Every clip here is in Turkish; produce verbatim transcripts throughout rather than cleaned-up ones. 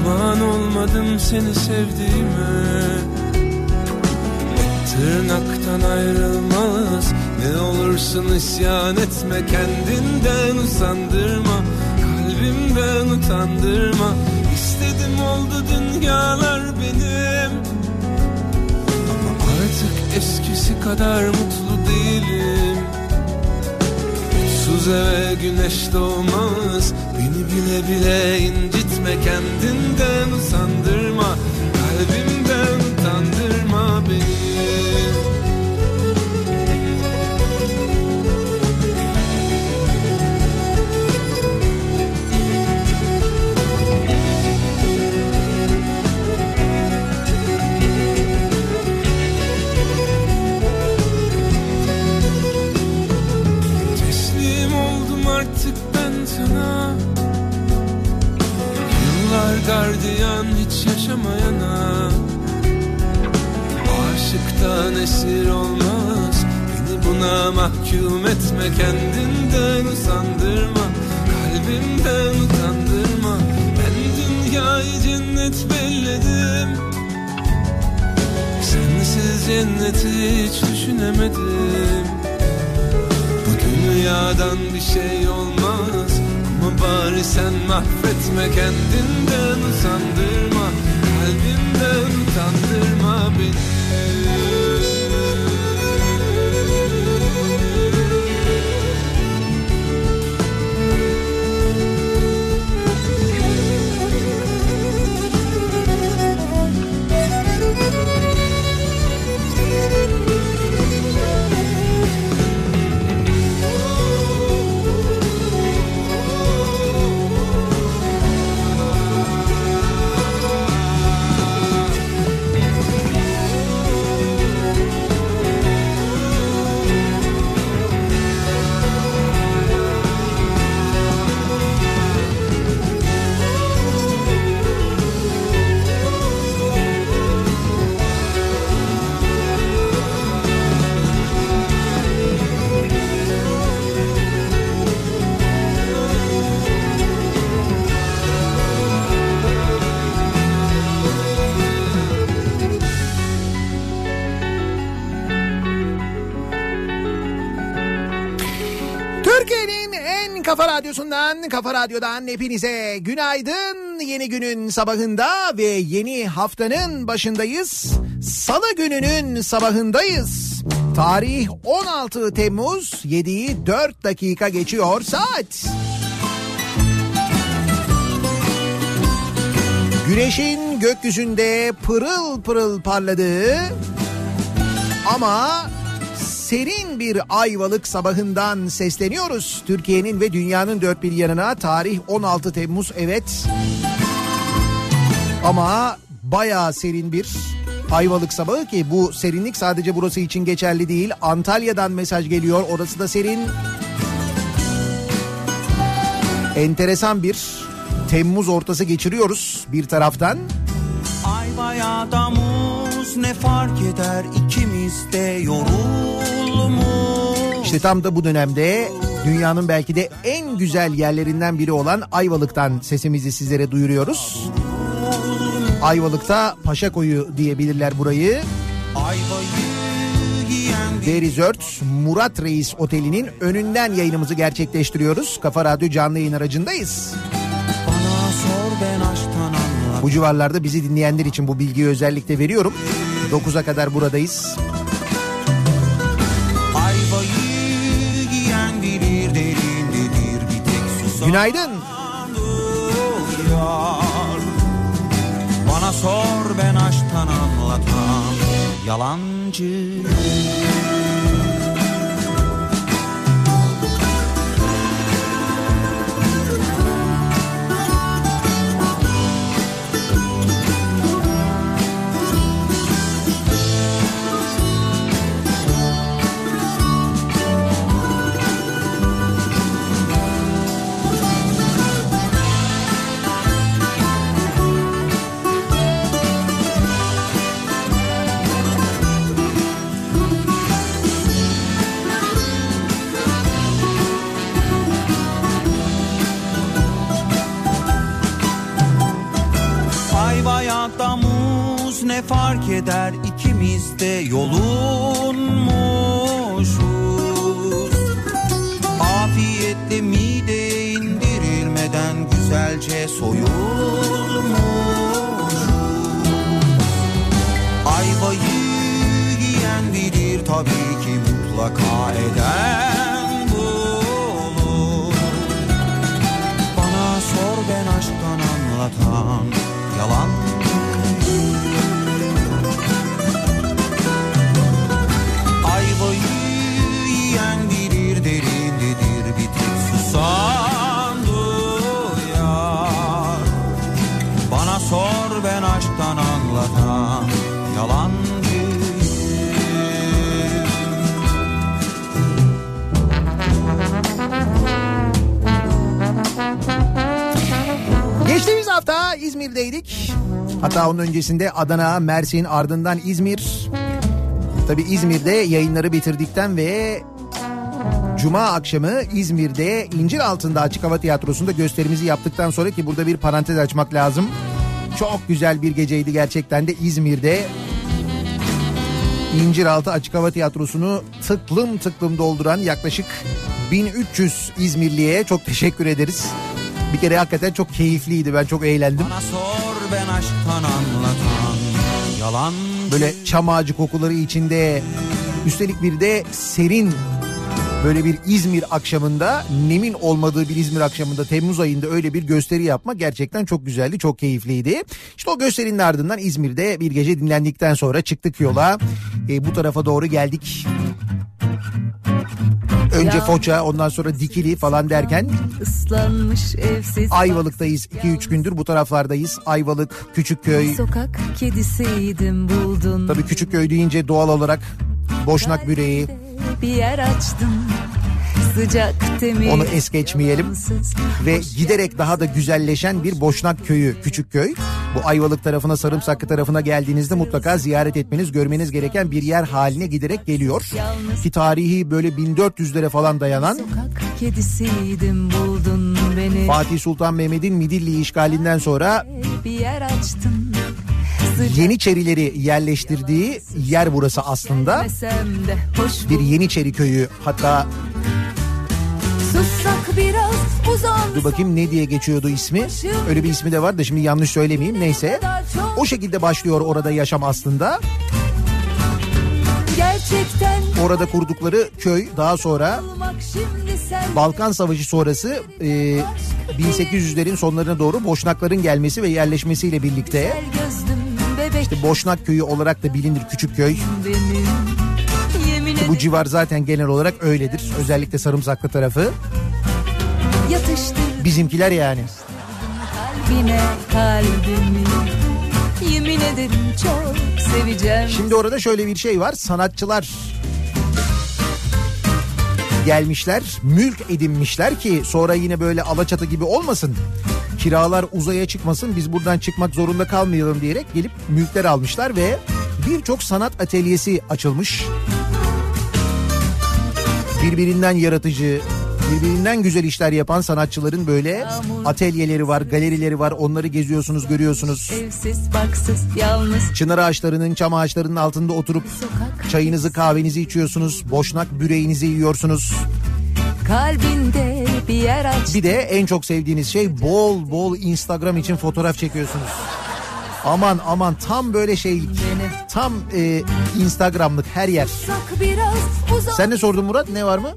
Pişman olmadım seni sevdiğime. Tırnaktan ayrılmaz, ne olursun isyan etme, kendinden usandırma, kalbimden utandırma. İstedim oldu dünyalar benim, ama artık eskisi kadar mutlu değilim. Mutsuz eve güneş doğmaz, beni bile bile incitme, kendinden usandırma, kalbimden utandırma beni. Artık ben sana, yıllar gardiyan hiç yaşamayana. Aşıktan esir olmaz, beni buna mahkum etme, kendinden usandırma, kalbimden utandırma. Ben dünyayı cennet belledim, sensiz cenneti hiç düşünemedim. Dünyadan bir şey olmaz, ama bari sen mahvetme, kendinden usandırma, kalbimden utandırma beni. Kafa Radyosu'ndan, Kafa Radyo'dan hepinize günaydın. Yeni günün sabahında ve yeni haftanın başındayız. Salı gününün sabahındayız. Tarih on altı Temmuz, yediyi dört dakika geçiyor saat. Güneşin gökyüzünde pırıl pırıl parladığı ama serin bir Ayvalık sabahından sesleniyoruz. Türkiye'nin ve dünyanın dört bir yanına. Tarih on altı Temmuz, evet. Ama bayağı serin bir Ayvalık sabahı ki bu serinlik sadece burası için geçerli değil. Antalya'dan mesaj geliyor, orası da serin. Enteresan bir Temmuz ortası geçiriyoruz bir taraftan. Ayvaya da muz ne fark eder, ikimiz de yorulmuş. İşte tam da bu dönemde dünyanın belki de en güzel yerlerinden biri olan Ayvalık'tan sesimizi sizlere duyuruyoruz. Ayvalık'ta Paşakoyu diyebilirler burayı. The Resort Murat Reis Oteli'nin önünden yayınımızı gerçekleştiriyoruz. Kafa Radyo canlı yayın aracındayız. Bana sor ben aşktan anlar. Bu civarlarda bizi dinleyenler için bu bilgiyi özellikle veriyorum. dokuza kadar buradayız. Ayvayı giyen bilir derindedir bir tek susam. Günaydın. Bana sor ben aşktan anlatan yalancı. hayatta muz ne fark eder, ikimiz de yolunmuşuz. Afiyetle mideye indirilmeden güzelce soyulmuşuz. Ayvayı yiyen bilir tabii ki, mutlaka eden bulur. Bana sor, ben aşktan anlatan yalan. Ayvayı yiyen bilir, derindedir bir tek susan duyar. Bana sor, ben aşktan anlatan yalancıyım. Geçtiğimiz hafta İzmir'deydik. Hatta onun öncesinde Adana, Mersin, ardından İzmir. Tabii İzmir'de yayınları bitirdikten ve Cuma akşamı İzmir'de İnciraltı'nda Açık Hava Tiyatrosu'nda gösterimizi yaptıktan sonra, ki burada bir parantez açmak lazım. Çok güzel bir geceydi gerçekten de İzmir'de. İnciraltı Açık Hava Tiyatrosu'nu tıklım tıklım dolduran yaklaşık bin üç yüz İzmirliye çok teşekkür ederiz. Bir kere hakikaten çok keyifliydi, ben çok eğlendim. Bana sor, ben aşktan anlatan yalan. Böyle çam ağacı kokuları içinde, üstelik bir de serin, böyle bir İzmir akşamında, nemin olmadığı bir İzmir akşamında, Temmuz ayında öyle bir gösteri yapmak gerçekten çok güzeldi, çok keyifliydi. İşte o gösterinin ardından İzmir'de bir gece dinlendikten sonra çıktık yola. E, bu tarafa doğru geldik. Önce Foça, ondan sonra Dikili falan derken Ayvalık'tayız iki üç gündür, bu taraflardayız. Ayvalık, Küçükköy. Sokak kedisiydim, buldun. Tabii Küçükköy deyince doğal olarak Boşnak Büreği. Bir yer açtım. Sıcak temiz. Onu es geçmeyelim. Ve giderek daha da güzelleşen bir Boşnak Köyü, Küçükköy. Bu Ayvalık tarafına, Sarımsaklı tarafına geldiğinizde mutlaka ziyaret etmeniz, görmeniz gereken bir yer haline giderek geliyor. Ki tarihi böyle bin dört yüzlere falan dayanan, sokak kedisiydim, buldun beni. Fatih Sultan Mehmet'in Midilli işgalinden sonra bir yer açtım. Yeniçerileri yerleştirdiği yer burası aslında. Bir Yeniçeri köyü, hatta sussak biraz, uzan. Dur bakayım ne diye geçiyordu ismi. Öyle bir ismi de var da şimdi yanlış söylemeyeyim, neyse. O şekilde başlıyor orada yaşam aslında. Gerçekten orada kurdukları köy daha sonra Balkan Savaşı sonrası e, bin sekiz yüzlerin sonlarına doğru Boşnakların gelmesi ve yerleşmesiyle birlikte işte Boşnak Köyü olarak da bilinir Küçükköy. Bu civar zaten genel olarak öyledir. Özellikle Sarımsaklı tarafı. Bizimkiler yani. Kalbine kalbimi, yemin ederim çok seveceğim. Şimdi orada şöyle bir şey var. Sanatçılar gelmişler, mülk edinmişler ki sonra yine böyle Alaçatı gibi olmasın. Kiralar uzaya çıkmasın, biz buradan çıkmak zorunda kalmayalım diyerek gelip mülkler almışlar ve birçok sanat atölyesi açılmış. Birbirinden yaratıcı, birbirinden güzel işler yapan sanatçıların böyle atölyeleri var, galerileri var. Onları geziyorsunuz, görüyorsunuz. Evsiz, baksız, yalnız. Çınar ağaçlarının, çam ağaçlarının altında oturup çayınızı, kahvenizi içiyorsunuz. Boşnak büreğinizi yiyorsunuz. Kalbinde bir yer aç. Bir de en çok sevdiğiniz şey, bol bol Instagram için fotoğraf çekiyorsunuz. Aman aman, tam böyle şeylik. Tam e, Instagramlık her yer. Sen ne sordun Murat, ne var mı?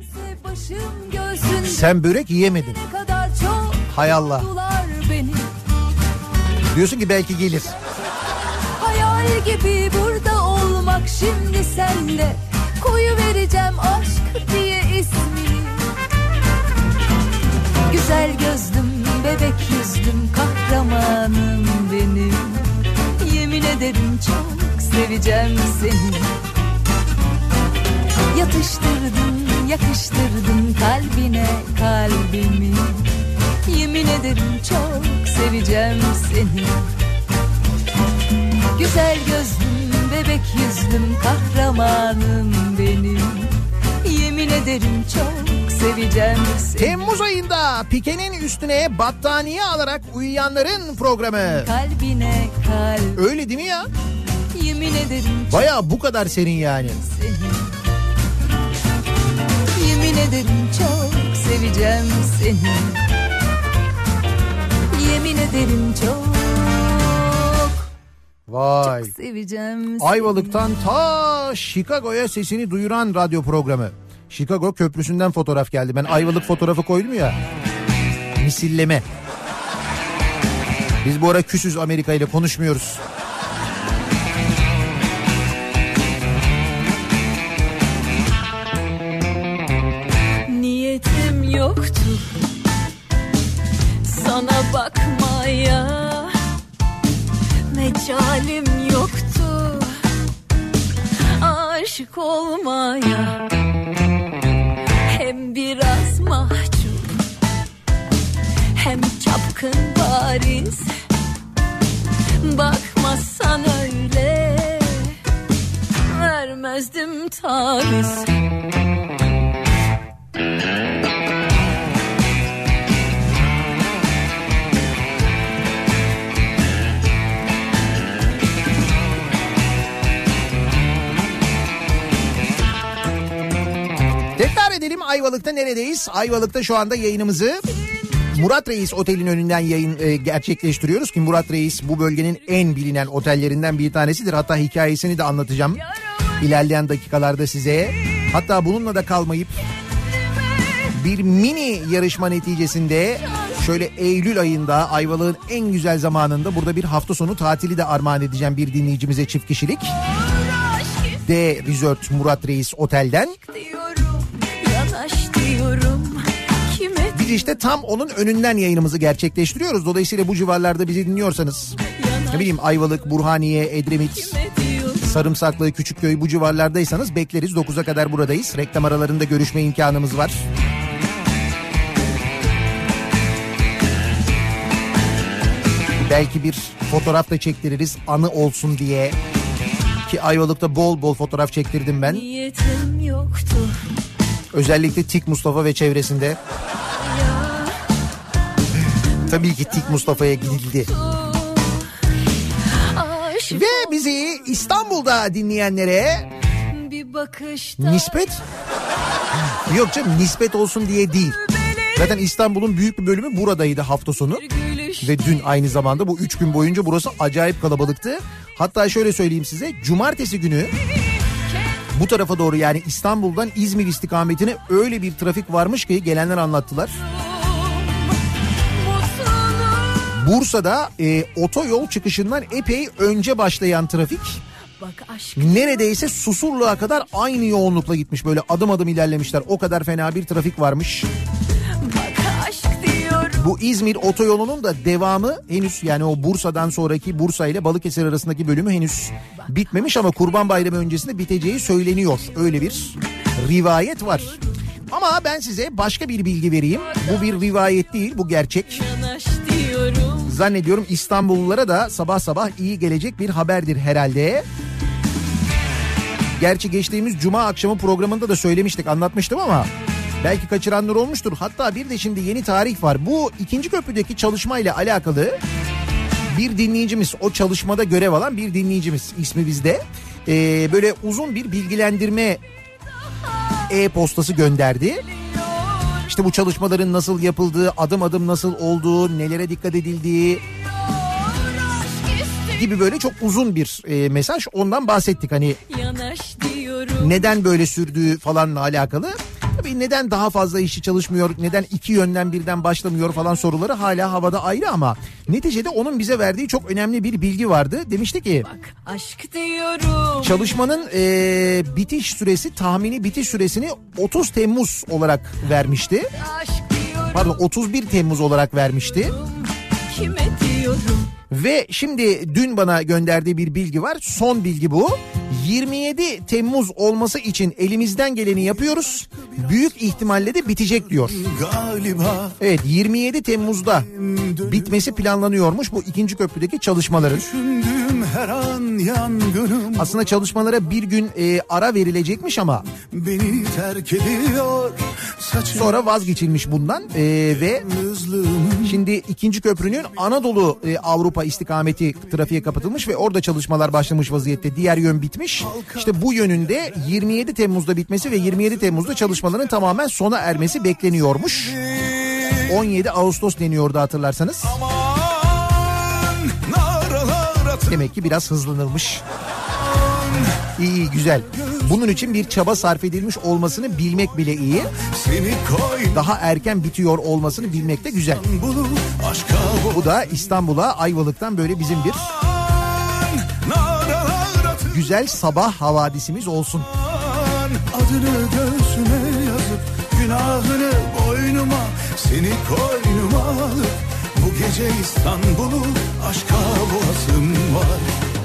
Sen börek yiyemedin. Hay Allah. Diyorsun ki belki gelir. Hayal gibi burada olmak şimdi senle. Koyu vereceğim aşk diye ismini. Güzel gözlüm, bebek yüzlüm, kahramanım benim. Yemin ederim çok seveceğim seni. Yatıştırdın, yakıştırdın kalbine kalbimi. Yemin ederim çok seveceğim seni. Güzel gözlüm, bebek yüzlüm, kahramanım benim. Yemin ederim çok seveceğim seveceğim seni. Temmuz ayında pikenin üstüne battaniye alarak uyuyanların programı. Kalbine kalp. Öyle değil mi ya? Yemin ederim Bayağı bu kadar serin yani. seni. Yemin ederim çok seveceğim seni. Yemin ederim çok Vay. çok seveceğim seni. Ayvalık'tan ta Chicago'ya sesini duyuran radyo programı. Chicago Köprüsü'nden fotoğraf geldi. Ben Ayvalık fotoğrafı koydum ya. Misilleme. Biz bu ara küsüz, Amerika ile konuşmuyoruz. Niyetim yoktu sana bakmaya, mecalim yoktu aşık olmaya. Hem biraz mahcup hem çapkın bariz, bakmazsan öyle vermezdim taviz. Tekrar edelim, Ayvalık'ta neredeyiz? Ayvalık'ta şu anda yayınımızı Murat Reis Otel'in önünden yayın e, gerçekleştiriyoruz ki Murat Reis bu bölgenin en bilinen otellerinden bir tanesidir. Hatta hikayesini de anlatacağım ilerleyen dakikalarda size. Hatta bununla da kalmayıp bir mini yarışma neticesinde şöyle Eylül ayında Ayvalık'ın en güzel zamanında burada bir hafta sonu tatili de armağan edeceğim bir dinleyicimize, çift kişilik. D Resort Murat Reis Otel'den. Biz işte tam onun önünden yayınımızı gerçekleştiriyoruz. Dolayısıyla bu civarlarda bizi dinliyorsanız, ne bileyim Ayvalık, Burhaniye, Edremit, Sarımsaklı, Küçükköy bu civarlardaysanız bekleriz. dokuza kadar buradayız. Reklam aralarında görüşme imkanımız var. Belki bir fotoğraf da çektiririz anı olsun diye. Ki Ayvalık'ta bol bol fotoğraf çektirdim ben. Niyetim yoktu. Özellikle Tik Mustafa ve çevresinde. Tabii ki Tik Mustafa'ya gidildi. Ve bizi İstanbul'da dinleyenlere bir bakışta nispet, yok canım nispet olsun diye değil. Zaten İstanbul'un büyük bir bölümü buradaydı hafta sonu. Ve dün aynı zamanda bu üç gün boyunca burası acayip kalabalıktı. Hatta şöyle söyleyeyim size, cumartesi günü bu tarafa doğru, yani İstanbul'dan İzmir istikametine öyle bir trafik varmış ki gelenler anlattılar. Bursa'da e, otoyol çıkışından epey önce başlayan trafik neredeyse Susurluğa kadar aynı yoğunlukla gitmiş. Böyle adım adım ilerlemişler. O kadar fena bir trafik varmış. Bu İzmir otoyolunun da devamı henüz, yani o Bursa'dan sonraki, Bursa ile Balıkesir arasındaki bölümü henüz bitmemiş ama Kurban Bayramı öncesinde biteceği söyleniyor. Öyle bir rivayet var. Ama ben size başka bir bilgi vereyim. Bu bir rivayet değil, bu gerçek. Zannediyorum İstanbullulara da sabah sabah iyi gelecek bir haberdir herhalde. Gerçi geçtiğimiz cuma akşamı programında da söylemiştik, anlatmıştım ama belki kaçıranlar olmuştur. Hatta bir de şimdi yeni tarih var. Bu ikinci köprüdeki çalışmayla alakalı bir dinleyicimiz, o çalışmada görev alan bir dinleyicimiz, ismi bizde, ee, böyle uzun bir bilgilendirme e-postası gönderdi. İşte bu çalışmaların nasıl yapıldığı, adım adım nasıl olduğu, nelere dikkat edildiği gibi böyle çok uzun bir e, mesaj. Ondan bahsettik, hani neden böyle sürdüğü falanla alakalı. Tabii neden daha fazla işçi çalışmıyor, neden iki yönden birden başlamıyor falan soruları hala havada ayrı ama neticede onun bize verdiği çok önemli bir bilgi vardı. Demişti ki bak, aşk diyorum. Çalışmanın e, bitiş süresi, tahmini bitiş süresini otuz Temmuz olarak vermişti. Pardon, otuz bir Temmuz olarak vermişti. Kime diyorum? Ve şimdi dün bana gönderdiği bir bilgi var. Son bilgi bu. yirmi yedi Temmuz olması için elimizden geleni yapıyoruz. Büyük ihtimalle de bitecek diyor. Evet, yirmi yedi Temmuz'da bitmesi planlanıyormuş bu ikinci köprüdeki çalışmaların. Her an aslında çalışmalara bir gün e, ara verilecekmiş ama beni terk ediyor Sonra vazgeçilmiş bundan ee, ve şimdi ikinci köprünün Anadolu e, Avrupa istikameti trafiğe kapatılmış ve orada çalışmalar başlamış vaziyette. Diğer yön bitmiş. İşte bu yönünde yirmi yedi Temmuz'da bitmesi ve yirmi yedi Temmuz'da çalışmaların tamamen sona ermesi bekleniyormuş. on yedi Ağustos deniyordu hatırlarsanız. Demek ki biraz hızlanılmış. İyi, iyi, güzel. Bunun için bir çaba sarf edilmiş olmasını bilmek bile iyi. Daha erken bitiyor olmasını bilmek de güzel. Bu da İstanbul'a, Ayvalık'tan böyle bizim bir güzel sabah havadisimiz olsun. Adını göğsüme yazıp günahını boynuma, seni koynuma alıp bu gece İstanbul'u aşka boğasım var.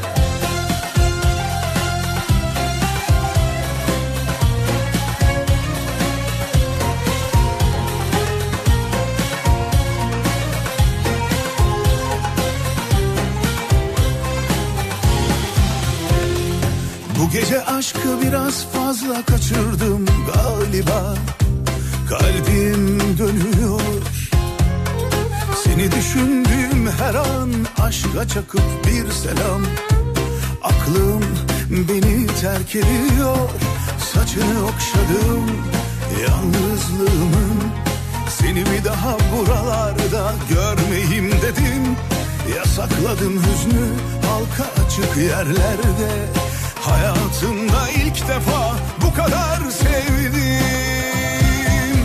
Bu gece aşkı biraz fazla kaçırdım galiba. Kalbim dönüyor. Seni düşündüğüm her an aşka çakıp bir selam. Aklım beni terk ediyor. Saçını okşadım yalnızlığımın. Seni bir daha buralarda görmeyeyim dedim. Yasakladım hüznü halka açık yerlerde. Hayatımda ilk defa bu kadar sevdim.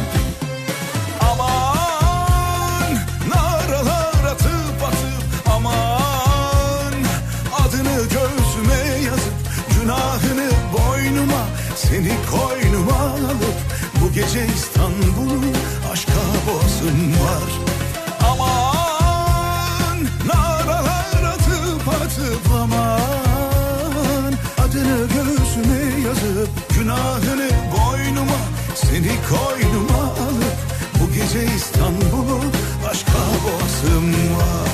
Aman naralar atıp atıp, aman adını göğsüme yazıp günahını boynuma, seni koynuma alıp bu gece İstanbul'u aşka boğasım var. Aman naralar atıp atıp, aman adını göğsüme yazıp günahını boynuma, seni koynuma alıp bu gece İstanbul'u aşka boğasım var.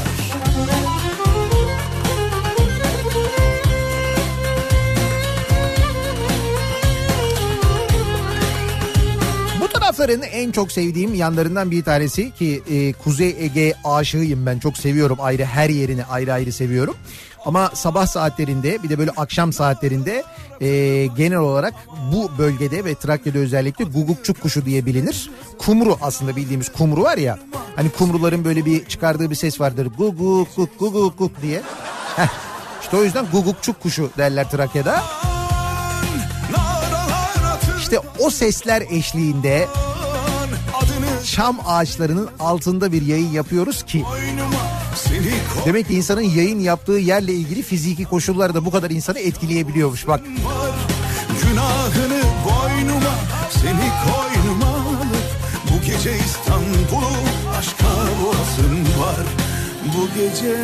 Bu tarafların en çok sevdiğim yanlarından bir tanesi ki e, Kuzey Ege aşığıyım ben, çok seviyorum, ayrı her yerini ayrı ayrı seviyorum. Ama sabah saatlerinde bir de böyle akşam saatlerinde e, genel olarak bu bölgede ve Trakya'da özellikle gugukçuk kuşu diye bilinir. Kumru, aslında bildiğimiz kumru var ya. Hani kumruların böyle bir çıkardığı bir ses vardır. Guguk guguk guguk guguk diye. Heh, işte o yüzden gugukçuk kuşu derler Trakya'da. İşte o sesler eşliğinde çam ağaçlarının altında bir yayın yapıyoruz ki demek ki insanın yayın yaptığı yerle ilgili fiziki koşullar da bu kadar insanı etkileyebiliyormuş bak. Günahını boynuma, seni koynuma alıp bu gece İstanbul'u aşka boğasım var. Bu gece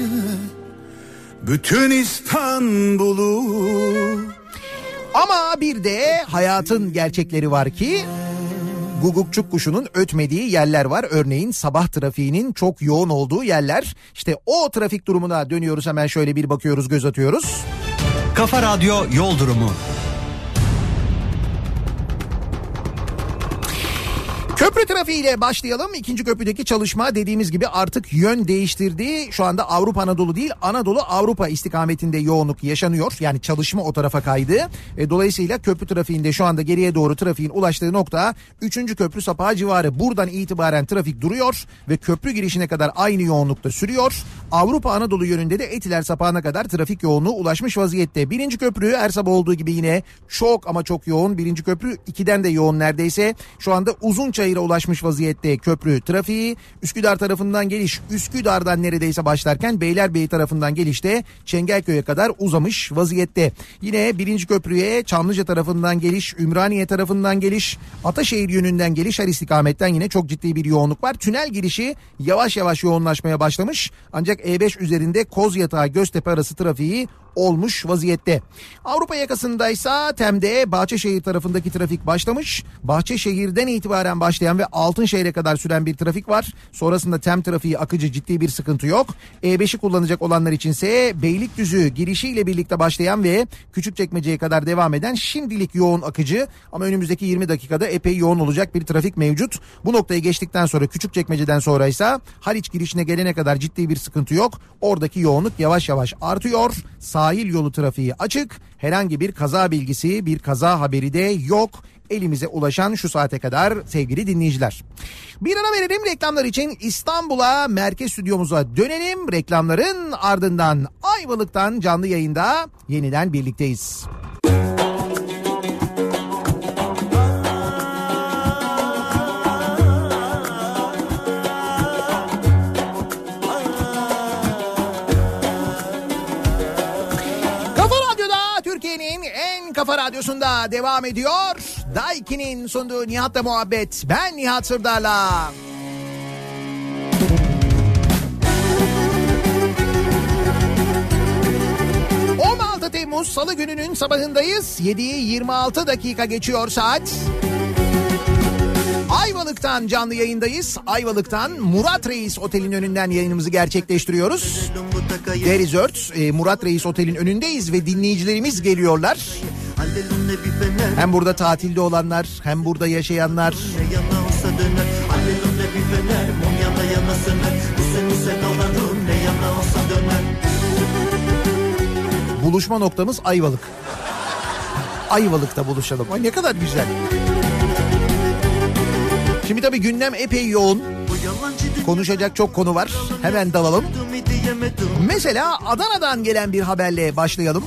bütün İstanbul'u. Ama bir de hayatın gerçekleri var ki gugukçuk kuşunun ötmediği yerler var. Örneğin sabah trafiğinin çok yoğun olduğu yerler. İşte o trafik durumuna dönüyoruz, hemen şöyle bir bakıyoruz, göz atıyoruz. Kafa Radyo Yol Durumu. Köprü trafiğiyle başlayalım. İkinci köprüdeki çalışma dediğimiz gibi artık yön değiştirdi. Şu anda Avrupa Anadolu değil, Anadolu Avrupa istikametinde yoğunluk yaşanıyor. Yani çalışma o tarafa kaydı. E, dolayısıyla köprü trafiğinde şu anda geriye doğru trafiğin ulaştığı nokta üçüncü köprü sapağı civarı. Buradan itibaren trafik duruyor ve köprü girişine kadar aynı yoğunlukta sürüyor. Avrupa Anadolu yönünde de Etiler sapağına kadar trafik yoğunluğu ulaşmış vaziyette. Birinci köprü her sabah olduğu gibi yine çok ama çok yoğun. Birinci köprü ikiden de yoğun neredeyse. Şu anda Uzunçayır'a ulaşmış vaziyette köprü trafiği. Üsküdar tarafından geliş, Üsküdar'dan neredeyse başlarken Beylerbeyi tarafından gelişte Çengelköy'e kadar uzamış vaziyette. Yine birinci köprüye Çamlıca tarafından geliş, Ümraniye tarafından geliş, Ataşehir yönünden geliş her istikametten yine çok ciddi bir yoğunluk var. Tünel girişi yavaş yavaş yoğunlaşmaya başlamış. Ancak E beş üzerinde Kozyatağı Göztepe arası trafiği olmuş vaziyette. Avrupa yakasındaysa Tem'de Bahçeşehir tarafındaki trafik başlamış. Bahçeşehir'den itibaren başlayan ve ve Altınşehir'e kadar süren bir trafik var. Sonrasında TEM trafiği akıcı, ciddi bir sıkıntı yok. E beşi kullanacak olanlar içinse Beylikdüzü girişiyle birlikte başlayan ve Küçükçekmece'ye kadar devam eden şimdilik yoğun akıcı ama önümüzdeki yirmi dakikada epey yoğun olacak bir trafik mevcut. Bu noktayı geçtikten sonra Küçükçekmece'den sonra ise Haliç girişine gelene kadar ciddi bir sıkıntı yok. Oradaki yoğunluk yavaş yavaş artıyor. Sahil yolu trafiği açık. Herhangi bir kaza bilgisi, bir kaza haberi de yok elimize ulaşan şu saate kadar sevgili dinleyiciler. Bir ara verelim, reklamlar için İstanbul'a, merkez stüdyomuza dönelim. Reklamların ardından Ayvalık'tan canlı yayında yeniden birlikteyiz. Kafa Radyosu'nda devam ediyor. Daiki'nin sunduğu Nihat'la muhabbet. Ben Nihat Sırdar'la. on altı Temmuz Salı gününün sabahındayız. yediyi yirmi altı dakika geçiyor saat. Ayvalık'tan canlı yayındayız. Ayvalık'tan Murat Reis Otel'in önünden yayınımızı gerçekleştiriyoruz. The Resort, e, Murat Reis Otel'in önündeyiz ve dinleyicilerimiz geliyorlar. Hem burada tatilde olanlar, hem burada yaşayanlar. Buluşma noktamız Ayvalık. Ayvalık'ta buluşalım. Ay ne kadar güzel. Şimdi tabii gündem epey yoğun. Konuşacak çok konu var. Hemen dalalım. Mesela Adana'dan gelen bir haberle başlayalım.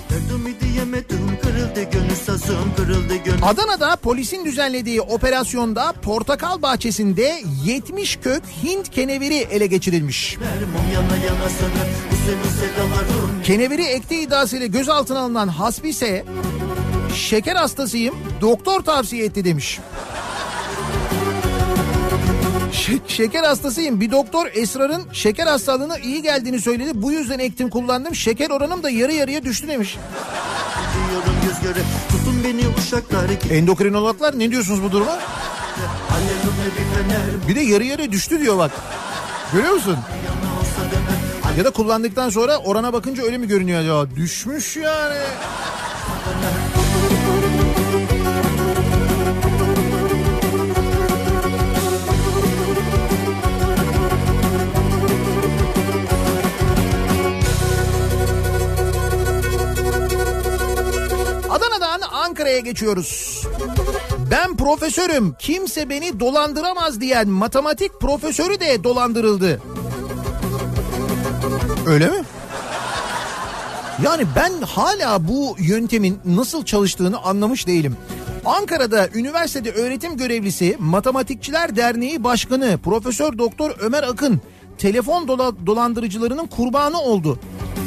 Adana'da polisin düzenlediği operasyonda portakal bahçesinde yetmiş kök Hint keneviri ele geçirilmiş. Keneviri ektiği iddiasıyla gözaltına alınan Hasbise, şeker hastasıyım, doktor tavsiye etti demiş. Şeker hastasıyım. Bir doktor Esrar'ın şeker hastalığına iyi geldiğini söyledi. Bu yüzden ektim, kullandım. Şeker oranım da yarı yarıya düştü demiş. Endokrinologlar ne diyorsunuz bu duruma? Bir de yarı yarıya düştü diyor bak. Görüyor musun? Ya da kullandıktan sonra orana bakınca öyle mi görünüyor acaba? Düşmüş yani. Adana'dan Ankara'ya geçiyoruz. Ben profesörüm, kimse beni dolandıramaz diyen matematik profesörü de dolandırıldı. Öyle mi? Yani ben hala bu yöntemin nasıl çalıştığını anlamış değilim. Ankara'da üniversitede öğretim görevlisi Matematikçiler Derneği Başkanı Profesör Doktor Ömer Akın telefon dola- dolandırıcılarının kurbanı oldu.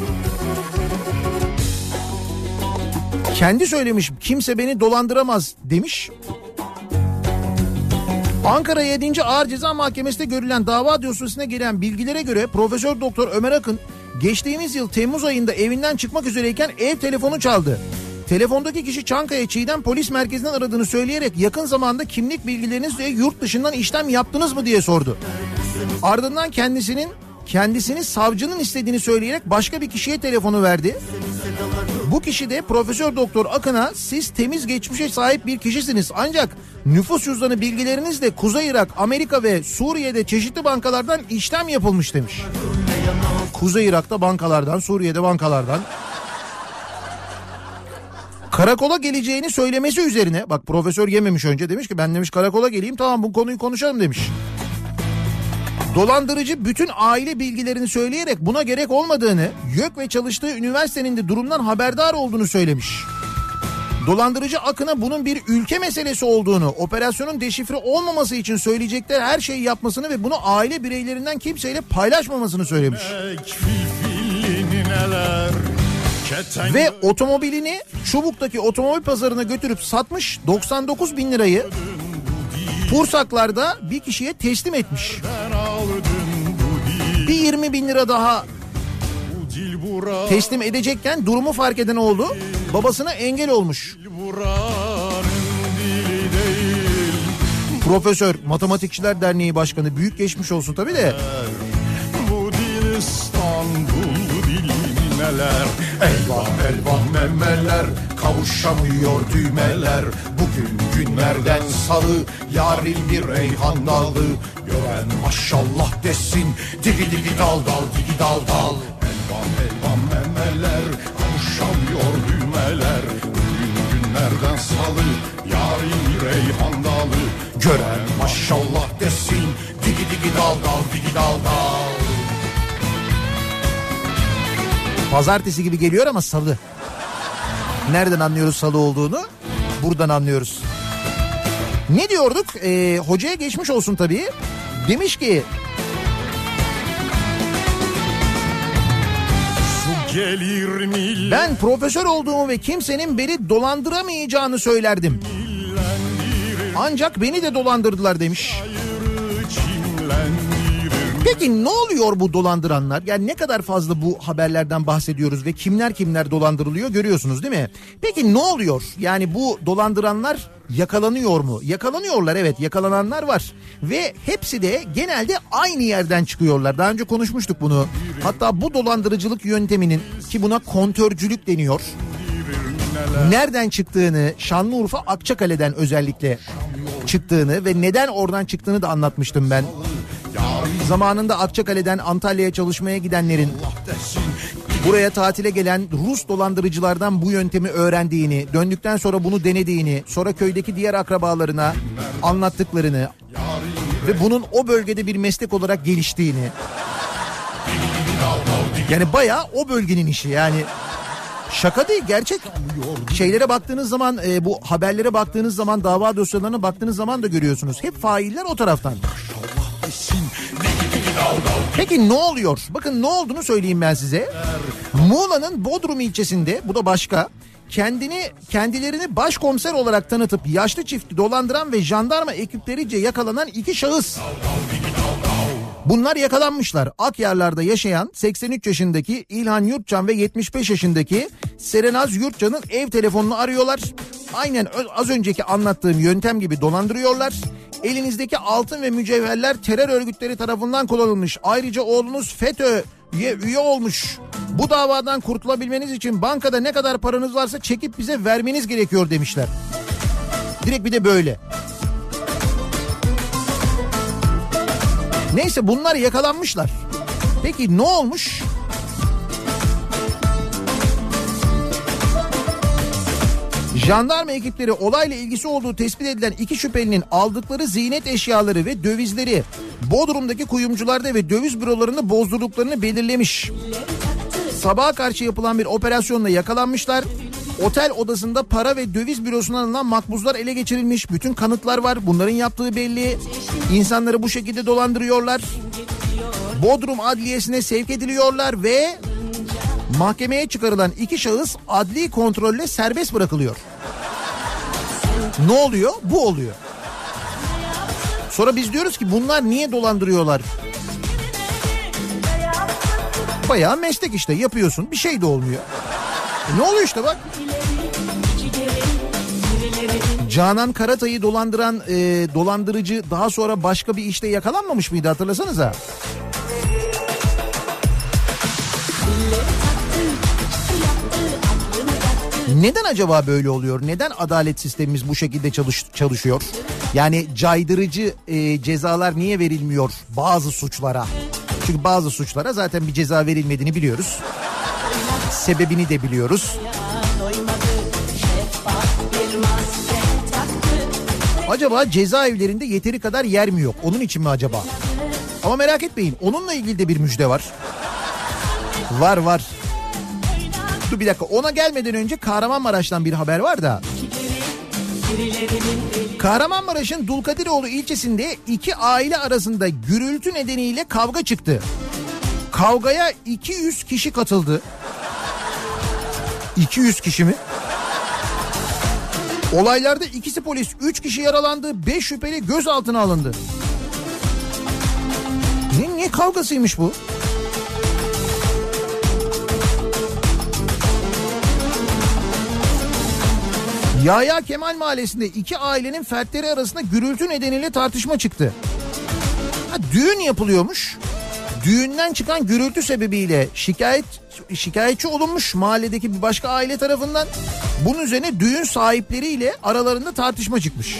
Kendi söylemiş, kimse beni dolandıramaz demiş. Ankara yedinci Ağır Ceza Mahkemesi'nde görülen dava dosyasına gelen bilgilere göre Profesör Doktor Ömer Akın geçtiğimiz yıl Temmuz ayında evinden çıkmak üzereyken ev telefonu çaldı. Telefondaki kişi Çankaya Çiğdem Polis Merkezi'nden aradığını söyleyerek yakın zamanda kimlik bilgilerinizle yurt dışından işlem yaptınız mı diye sordu. Ardından kendisinin kendisini savcının istediğini söyleyerek başka bir kişiye telefonu verdi. Bu kişi de Profesör Doktor Akın'a siz temiz geçmişe sahip bir kişisiniz ancak nüfus cüzdanı bilgilerinizle Kuzey Irak, Amerika ve Suriye'de çeşitli bankalardan işlem yapılmış demiş. Kuzey Irak'ta bankalardan, Suriye'de bankalardan. Karakola geleceğini söylemesi üzerine, bak profesör yememiş önce, demiş ki ben demiş karakola geleyim, tamam bu konuyu konuşalım demiş. Dolandırıcı bütün aile bilgilerini söyleyerek buna gerek olmadığını, YÖK ve çalıştığı üniversitenin de durumdan haberdar olduğunu söylemiş. Dolandırıcı Akın'a bunun bir ülke meselesi olduğunu, operasyonun deşifre olmaması için söyleyecekleri her şeyi yapmasını ve bunu aile bireylerinden kimseyle paylaşmamasını söylemiş. Ve otomobilini Çubuk'taki otomobil pazarına götürüp satmış, doksan dokuz bin lirayı Pursaklar'da bir kişiye teslim etmiş. Bir yirmi bin lira daha teslim edecekken durumu fark eden oğlu babasına engel olmuş. Profesör, Matematikçiler Derneği Başkanı, büyük geçmiş olsun tabii de. Bu dil İstanbul dili neler? Elvan elvan memeler, kavuşamıyor düğmeler. Bugün günlerden salı, yarın bir reyhan dalı. Gören maşallah desin, digi digi dal dal digi dal dal. Elvan elvan memeler, kavuşamıyor düğmeler. Bugün günlerden salı, yarın bir reyhan dalı. Gören maşallah desin, digi digi dal dal digi dal dal. Pazartesi gibi geliyor ama salı. Nereden anlıyoruz salı olduğunu? Buradan anlıyoruz. Ne diyorduk? Ee, hocaya geçmiş olsun tabii. Demiş ki... Ben profesör olduğumu ve kimsenin beni dolandıramayacağını söylerdim. Ancak beni de dolandırdılar demiş. Peki ne oluyor bu dolandıranlar? Yani ne kadar fazla bu haberlerden bahsediyoruz ve kimler kimler dolandırılıyor görüyorsunuz değil mi? Peki ne oluyor? Yani bu dolandıranlar yakalanıyor mu? Yakalanıyorlar, evet, yakalananlar var. Ve hepsi de genelde aynı yerden çıkıyorlar. Daha önce konuşmuştuk bunu. Hatta bu dolandırıcılık yönteminin, ki buna kontörcülük deniyor, nereden çıktığını, Şanlıurfa Akçakale'den özellikle çıktığını ve neden oradan çıktığını da anlatmıştım ben. Zamanında Akçakale'den Antalya'ya çalışmaya gidenlerin buraya tatile gelen Rus dolandırıcılardan bu yöntemi öğrendiğini, döndükten sonra bunu denediğini, sonra köydeki diğer akrabalarına anlattıklarını ve bunun o bölgede bir meslek olarak geliştiğini. Yani bayağı o bölgenin işi, yani şaka değil, gerçek. Şeylere baktığınız zaman, e, bu haberlere baktığınız zaman, dava dosyalarına baktığınız zaman da görüyorsunuz. Hep failler o taraftan. Peki ne oluyor? Bakın ne olduğunu söyleyeyim ben size. Muğla'nın Bodrum ilçesinde, bu da başka, kendini kendilerini başkomiser olarak tanıtıp yaşlı çifti dolandıran ve jandarma ekiplerince yakalanan iki şahıs. Bunlar yakalanmışlar. Akyarlar'da yaşayan seksen üç yaşındaki İlhan Yurtcan ve yetmiş beş yaşındaki Serenaz Yurtcan'ın ev telefonunu arıyorlar. Aynen az önceki anlattığım yöntem gibi dolandırıyorlar. Elinizdeki altın ve mücevherler terör örgütleri tarafından kullanılmış. Ayrıca oğlunuz FETÖ'ye üye olmuş. Bu davadan kurtulabilmeniz için bankada ne kadar paranız varsa çekip bize vermeniz gerekiyor demişler. Direkt bir de böyle. Neyse, bunlar yakalanmışlar. Peki ne olmuş? Jandarma ekipleri olayla ilgisi olduğu tespit edilen iki şüphelinin aldıkları ziynet eşyaları ve dövizleri Bodrum'daki kuyumcularda ve döviz bürolarını bozdurduklarını belirlemiş. Sabaha karşı yapılan bir operasyonla yakalanmışlar. Otel odasında para ve döviz bürosundan alınan makbuzlar ele geçirilmiş. Bütün kanıtlar var. Bunların yaptığı belli. İnsanları bu şekilde dolandırıyorlar. Bodrum Adliyesi'ne sevk ediliyorlar ve mahkemeye çıkarılan iki şahıs adli kontrolle serbest bırakılıyor. Ne oluyor? Bu oluyor. Sonra biz diyoruz ki bunlar niye dolandırıyorlar? Bayağı meslek işte, yapıyorsun, bir şey de olmuyor. E ne oluyor işte bak. Canan Karatay'ı dolandıran e, dolandırıcı daha sonra başka bir işte yakalanmamış mıydı, hatırlasanıza? Neden acaba böyle oluyor? Neden adalet sistemimiz bu şekilde çalış, çalışıyor? Yani caydırıcı e, cezalar niye verilmiyor bazı suçlara? Çünkü bazı suçlara zaten bir ceza verilmediğini biliyoruz. Sebebini de biliyoruz. Acaba cezaevlerinde yeteri kadar yer mi yok? Onun için mi acaba? Ama merak etmeyin, onunla ilgili de bir müjde var. Var var. Dur bir dakika, ona gelmeden önce Kahramanmaraş'tan bir haber var da. Kahramanmaraş'ın Dulkadiroğlu ilçesinde iki aile arasında gürültü nedeniyle kavga çıktı. Kavgaya iki yüz kişi katıldı. iki yüz kişi mi? Olaylarda ikisi polis, üç kişi yaralandı, beş şüpheli gözaltına alındı. Ne, ne kavgasıymış bu? Yahya Kemal Mahallesi'nde iki ailenin fertleri arasında gürültü nedeniyle tartışma çıktı. Ha, düğün yapılıyormuş. Düğünden çıkan gürültü sebebiyle şikayet şikayetçi olunmuş mahalledeki bir başka aile tarafından. Bunun üzerine düğün sahipleriyle aralarında tartışma çıkmış.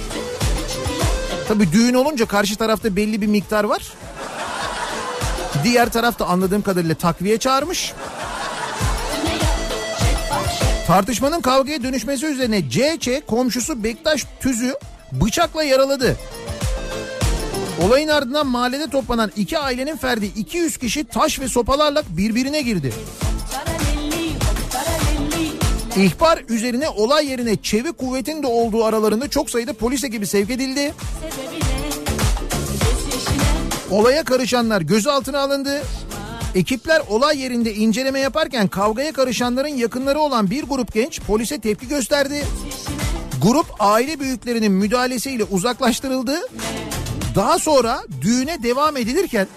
Tabii düğün olunca karşı tarafta belli bir miktar var. Diğer tarafta anladığım kadarıyla takviye çağırmış. Tartışmanın kavgaya dönüşmesi üzerine C Ç komşusu Bektaş Tüz'ü bıçakla yaraladı. Olayın ardından mahallede toplanan iki ailenin ferdi iki yüz kişi taş ve sopalarla birbirine girdi. İhbar üzerine olay yerine çevik kuvvetin de olduğu aralarında çok sayıda polis ekibi sevk edildi. Olaya karışanlar gözaltına alındı. Ekipler olay yerinde inceleme yaparken kavgaya karışanların yakınları olan bir grup genç polise tepki gösterdi. Grup aile büyüklerinin müdahalesiyle uzaklaştırıldı. Daha sonra düğüne devam edilirken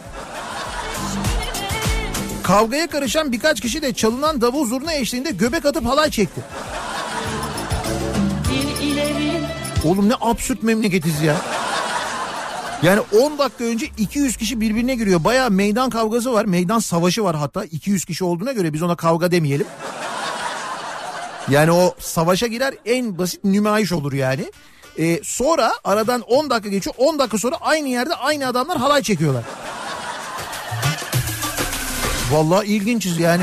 kavgaya karışan birkaç kişi de çalınan davul zurna eşliğinde göbek atıp halay çekti. Oğlum ne absürt memleketiz ya. Yani on dakika önce iki yüz kişi birbirine giriyor. Bayağı meydan kavgası var. Meydan savaşı var hatta. iki yüz kişi olduğuna göre biz ona kavga demeyelim. Yani o savaşa girer, en basit nümayiş olur yani. Ee, sonra aradan on dakika geçiyor. on dakika sonra aynı yerde aynı adamlar halay çekiyorlar. Vallahi ilginçiz yani.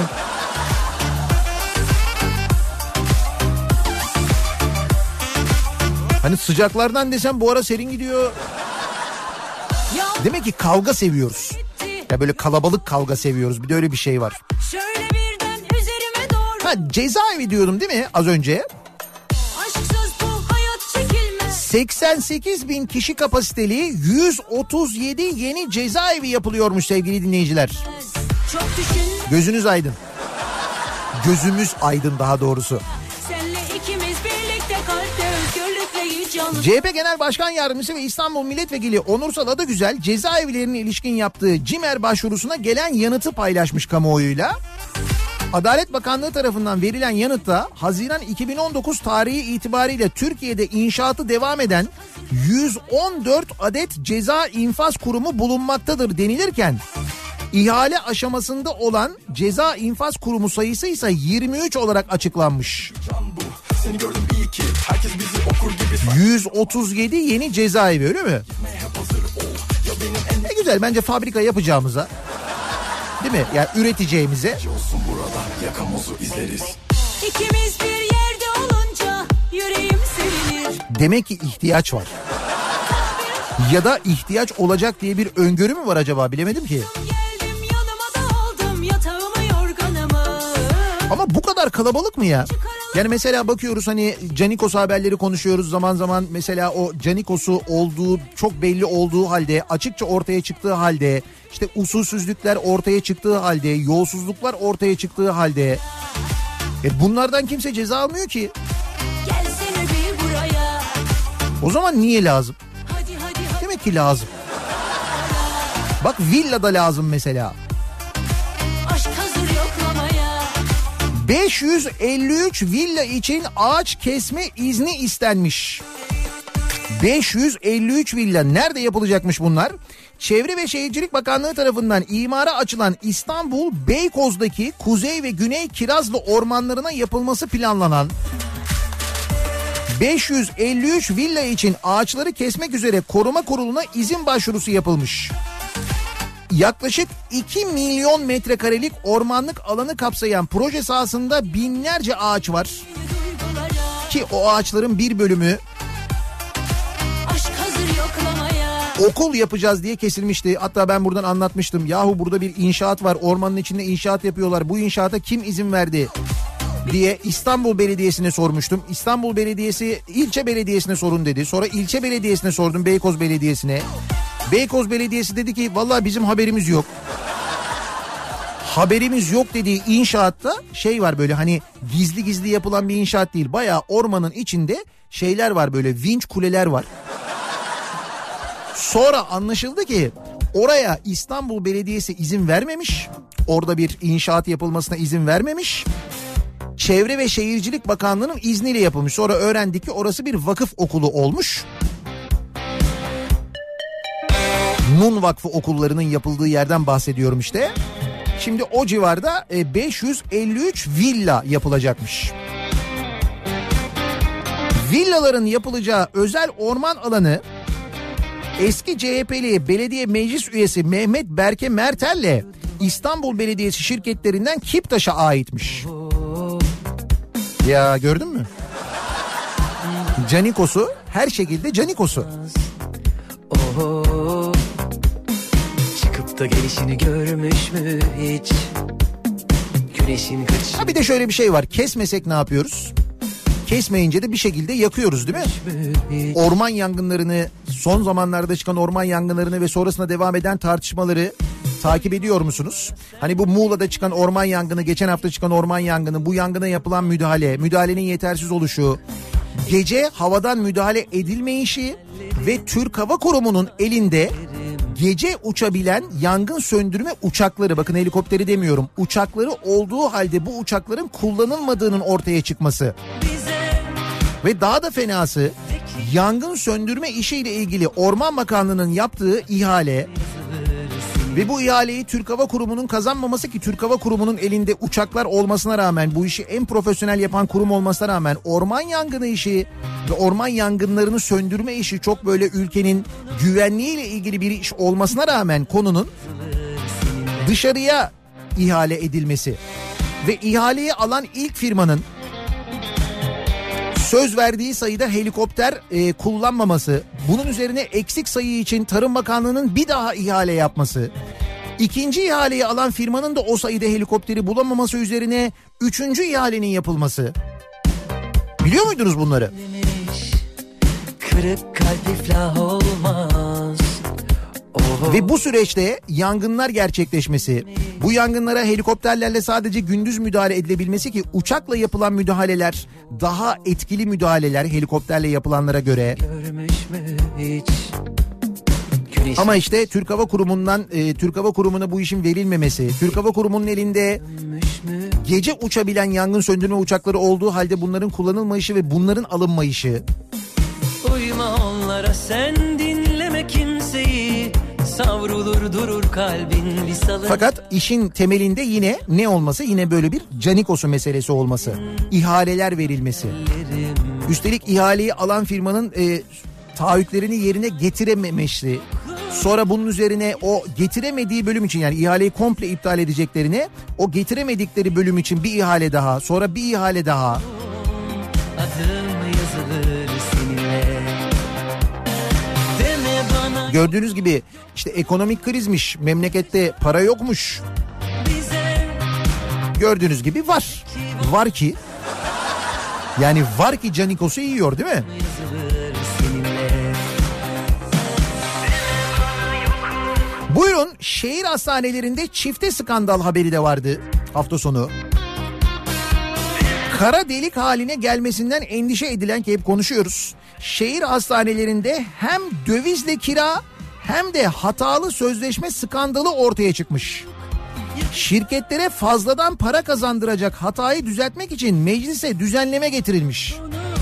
Hani sıcaklardan desem bu ara serin gidiyor. Demek ki kavga seviyoruz. Ya böyle kalabalık kavga seviyoruz. Bir de öyle bir şey var. Ha, cezaevi diyordum değil mi az önce? seksen sekiz bin kişi kapasiteli yüz otuz yedi yeni cezaevi yapılıyormuş sevgili dinleyiciler. Gözünüz aydın. Gözümüz aydın daha doğrusu. C H P Genel Başkan Yardımcısı ve İstanbul Milletvekili Onursal Adagüzel cezaevlerine ilişkin yaptığı CİMER başvurusuna gelen yanıtı paylaşmış kamuoyuyla. Adalet Bakanlığı tarafından verilen yanıtta Haziran iki bin on dokuz tarihi itibariyle Türkiye'de inşaatı devam eden yüz on dört adet ceza infaz kurumu bulunmaktadır denilirken ihale aşamasında olan ceza infaz kurumu sayısı ise yirmi üç olarak açıklanmış. yüz otuz yedi yeni cezaevi öyle mi? Ne güzel, bence fabrika yapacağımıza, değil mi? Yani üreteceğimize. İkimiz bir yerde olunca yüreğim sevinir. Demek ki ihtiyaç var. Ya da ihtiyaç olacak diye bir öngörü mü var acaba, bilemedim ki. Ama bu kadar kalabalık mı ya? Yani mesela bakıyoruz hani Canikos haberleri konuşuyoruz zaman zaman, mesela o Canikos'u olduğu çok belli olduğu halde, açıkça ortaya çıktığı halde, işte usulsüzlükler ortaya çıktığı halde, yolsuzluklar ortaya çıktığı halde e bunlardan kimse ceza almıyor ki. O zaman niye lazım? Hadi, hadi, hadi. Demek ki lazım. Bak villada lazım mesela. beş yüz elli üç villa için ağaç kesme izni istenmiş. beş yüz elli üç villa nerede yapılacakmış bunlar? Çevre ve Şehircilik Bakanlığı tarafından imara açılan İstanbul Beykoz'daki Kuzey ve Güney Kirazlı ormanlarına yapılması planlanan beş yüz elli üç villa için ağaçları kesmek üzere koruma kuruluna izin başvurusu yapılmış. Yaklaşık iki milyon metrekarelik ormanlık alanı kapsayan proje sahasında binlerce ağaç var. Ki o ağaçların bir bölümü okul yapacağız diye kesilmişti. Hatta ben buradan anlatmıştım. Yahu burada bir inşaat var, ormanın içinde inşaat yapıyorlar. Bu inşaata kim izin verdi diye İstanbul Belediyesi'ne sormuştum. İstanbul Belediyesi ilçe belediyesine sorun dedi. Sonra ilçe belediyesine sordum, Beykoz Belediyesi'ne. Beykoz Belediyesi dedi ki vallahi bizim haberimiz yok. Haberimiz yok dediği inşaatta şey var, böyle hani gizli gizli yapılan bir inşaat değil. Bayağı ormanın içinde şeyler var, böyle vinç kuleler var. Sonra anlaşıldı ki oraya İstanbul Belediyesi izin vermemiş. Orada bir inşaat yapılmasına izin vermemiş. Çevre ve Şehircilik Bakanlığı'nın izniyle yapılmış. Sonra öğrendik ki orası bir vakıf okulu olmuş. Nun Vakfı okullarının yapıldığı yerden bahsediyorum işte. Şimdi o civarda beş yüz elli üç villa yapılacakmış. Villaların yapılacağı özel orman alanı eski C H P'li belediye meclis üyesi Mehmet Berke Mertel'le İstanbul Belediyesi şirketlerinden Kiptaş'a aitmiş. Ya gördün mü? Canikosu her şekilde Canikosu. Oho, çıkıp da gelişini görmüş mü hiç? Güneşin kaçışı. Ha bir de şöyle bir şey var. Kesmesek ne yapıyoruz? Kesmeyince de bir şekilde yakıyoruz değil mi? Orman yangınlarını, son zamanlarda çıkan orman yangınlarını ve sonrasında devam eden tartışmaları takip ediyor musunuz? Hani bu Muğla'da çıkan orman yangını, geçen hafta çıkan orman yangını, bu yangına yapılan müdahale, müdahalenin yetersiz oluşu, gece havadan müdahale edilmeyişi ve Türk Hava Kurumu'nun elinde gece uçabilen yangın söndürme uçakları, bakın helikopteri demiyorum, uçakları olduğu halde bu uçakların kullanılmadığının ortaya çıkması. Ve daha da fenası, yangın söndürme işiyle ilgili Orman Bakanlığı'nın yaptığı ihale ve bu ihaleyi Türk Hava Kurumu'nun kazanmaması, ki Türk Hava Kurumu'nun elinde uçaklar olmasına rağmen, bu işi en profesyonel yapan kurum olmasına rağmen, orman yangını işi ve orman yangınlarını söndürme işi çok böyle ülkenin güvenliğiyle ilgili bir iş olmasına rağmen konunun dışarıya ihale edilmesi ve ihaleyi alan ilk firmanın söz verdiği sayıda helikopter e, kullanmaması, bunun üzerine eksik sayı için Tarım Bakanlığı'nın bir daha ihale yapması, ikinci ihaleyi alan firmanın da o sayıda helikopteri bulamaması üzerine üçüncü ihalenin yapılması. Biliyor muydunuz bunları? Kırık kalp iflah olmaz. Oho. Ve bu süreçte yangınlar gerçekleşmesi, bu yangınlara helikopterlerle sadece gündüz müdahale edilebilmesi, ki uçakla yapılan müdahaleler daha etkili müdahaleler helikopterle yapılanlara göre. Hiç? Ama işte Türk Hava Kurumu'ndan e, Türk Hava Kurumu'na bu işin verilmemesi, Türk Hava Kurumu'nun elinde gece uçabilen yangın söndürme uçakları olduğu halde bunların kullanılmayışı ve bunların alınmayışı. Uyma onlara, sen dinleme kimseyi, savrulur durur kalbin bir salın. Fakat işin temelinde yine ne olması? Yine böyle bir Canikosu meselesi olması. İhaleler verilmesi. Üstelik ihaleyi alan firmanın e, taahhütlerini yerine getirememesi. Sonra bunun üzerine o getiremediği bölüm için, yani ihaleyi komple iptal edeceklerine, o getiremedikleri bölüm için bir ihale daha, sonra bir ihale daha. Adım yazılır seninle. Deme bana. Gördüğünüz gibi işte ekonomik krizmiş, memlekette para yokmuş. Bize. Gördüğünüz gibi var. Var ki, yani var ki Canikos'u yiyor değil mi? Buyurun, şehir hastanelerinde çifte skandal haberi de vardı hafta sonu. Kara delik haline gelmesinden endişe edilen, ki hep konuşuyoruz, şehir hastanelerinde hem dövizle kira hem de hatalı sözleşme skandalı ortaya çıkmış. Şirketlere fazladan para kazandıracak hatayı düzeltmek için meclise düzenleme getirilmiş.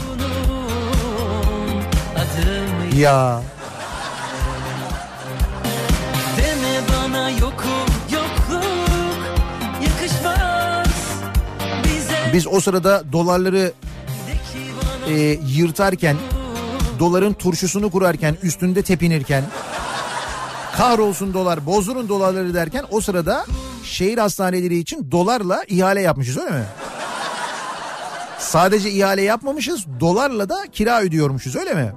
Ya. Deme bana yokum, yokluk yakışmaz bize. Biz o sırada dolarları e, yırtarken, doların turşusunu kurarken, üstünde tepinirken, kahrolsun dolar, bozdurun dolarları derken, o sırada şehir hastaneleri için dolarla ihale yapmışız, öyle mi? Sadece ihale yapmamışız, dolarla da kira ödüyormuşuz, öyle mi?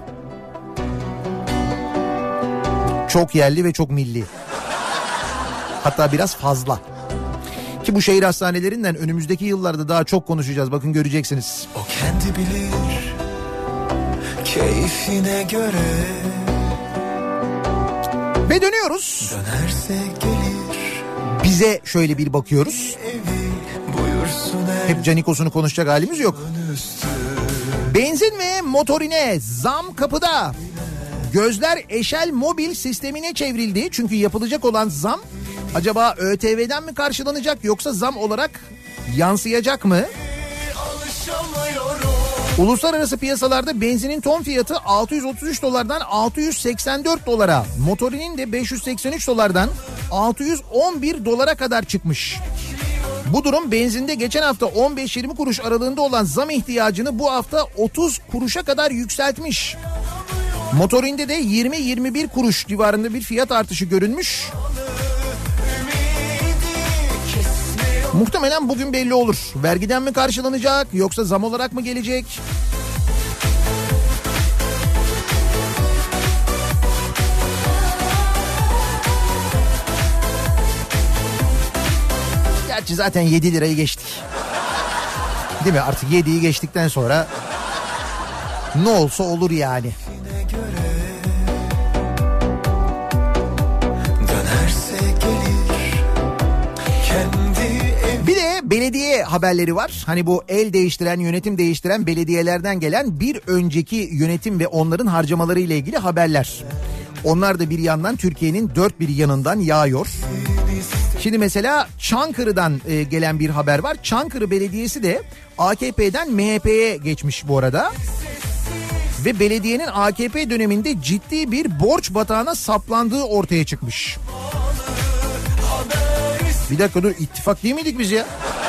Çok yerli ve çok milli. Hatta biraz fazla. Ki bu şehir hastanelerinden önümüzdeki yıllarda daha çok konuşacağız. Bakın göreceksiniz. O kendi bilir keyfine göre. Ve dönüyoruz. Dönerse gelir. Bize şöyle bir bakıyoruz. Evi, hep Canikos'unu konuşacak halimiz yok. Benzin ve motorine zam kapıda. Gözler Eşel mobil sistemine çevrildi. Çünkü yapılacak olan zam acaba ÖTV'den mi karşılanacak yoksa zam olarak yansıyacak mı? Uluslararası piyasalarda benzinin ton fiyatı altı yüz otuz üç dolardan altı yüz seksen dört dolara, motorinin de beş yüz seksen üç dolardan altı yüz on bir dolara kadar çıkmış. Bu durum benzinde geçen hafta on beş yirmi kuruş aralığında olan zam ihtiyacını bu hafta otuz kuruşa kadar yükseltmiş. Motorinde de yirmi yirmi bir kuruş civarında bir fiyat artışı görünmüş. Muhtemelen bugün belli olur. Vergiden mi karşılanacak yoksa zam olarak mı gelecek? Gerçi zaten yedi lirayı geçtik. Değil mi? Artık yediyi geçtikten sonra ne olsa olur yani. Bir de belediye haberleri var. Hani bu el değiştiren, yönetim değiştiren belediyelerden gelen bir önceki yönetim ve onların harcamaları ile ilgili haberler. Onlar da bir yandan Türkiye'nin dört bir yanından yağıyor. Şimdi mesela Çankırı'dan e, gelen bir haber var. Çankırı Belediyesi de A K P'den M H P'ye geçmiş bu arada. Ve belediyenin A K P döneminde ciddi bir borç batağına saplandığı ortaya çıkmış. Bir dakika dur, ittifak değil miydik biz ya?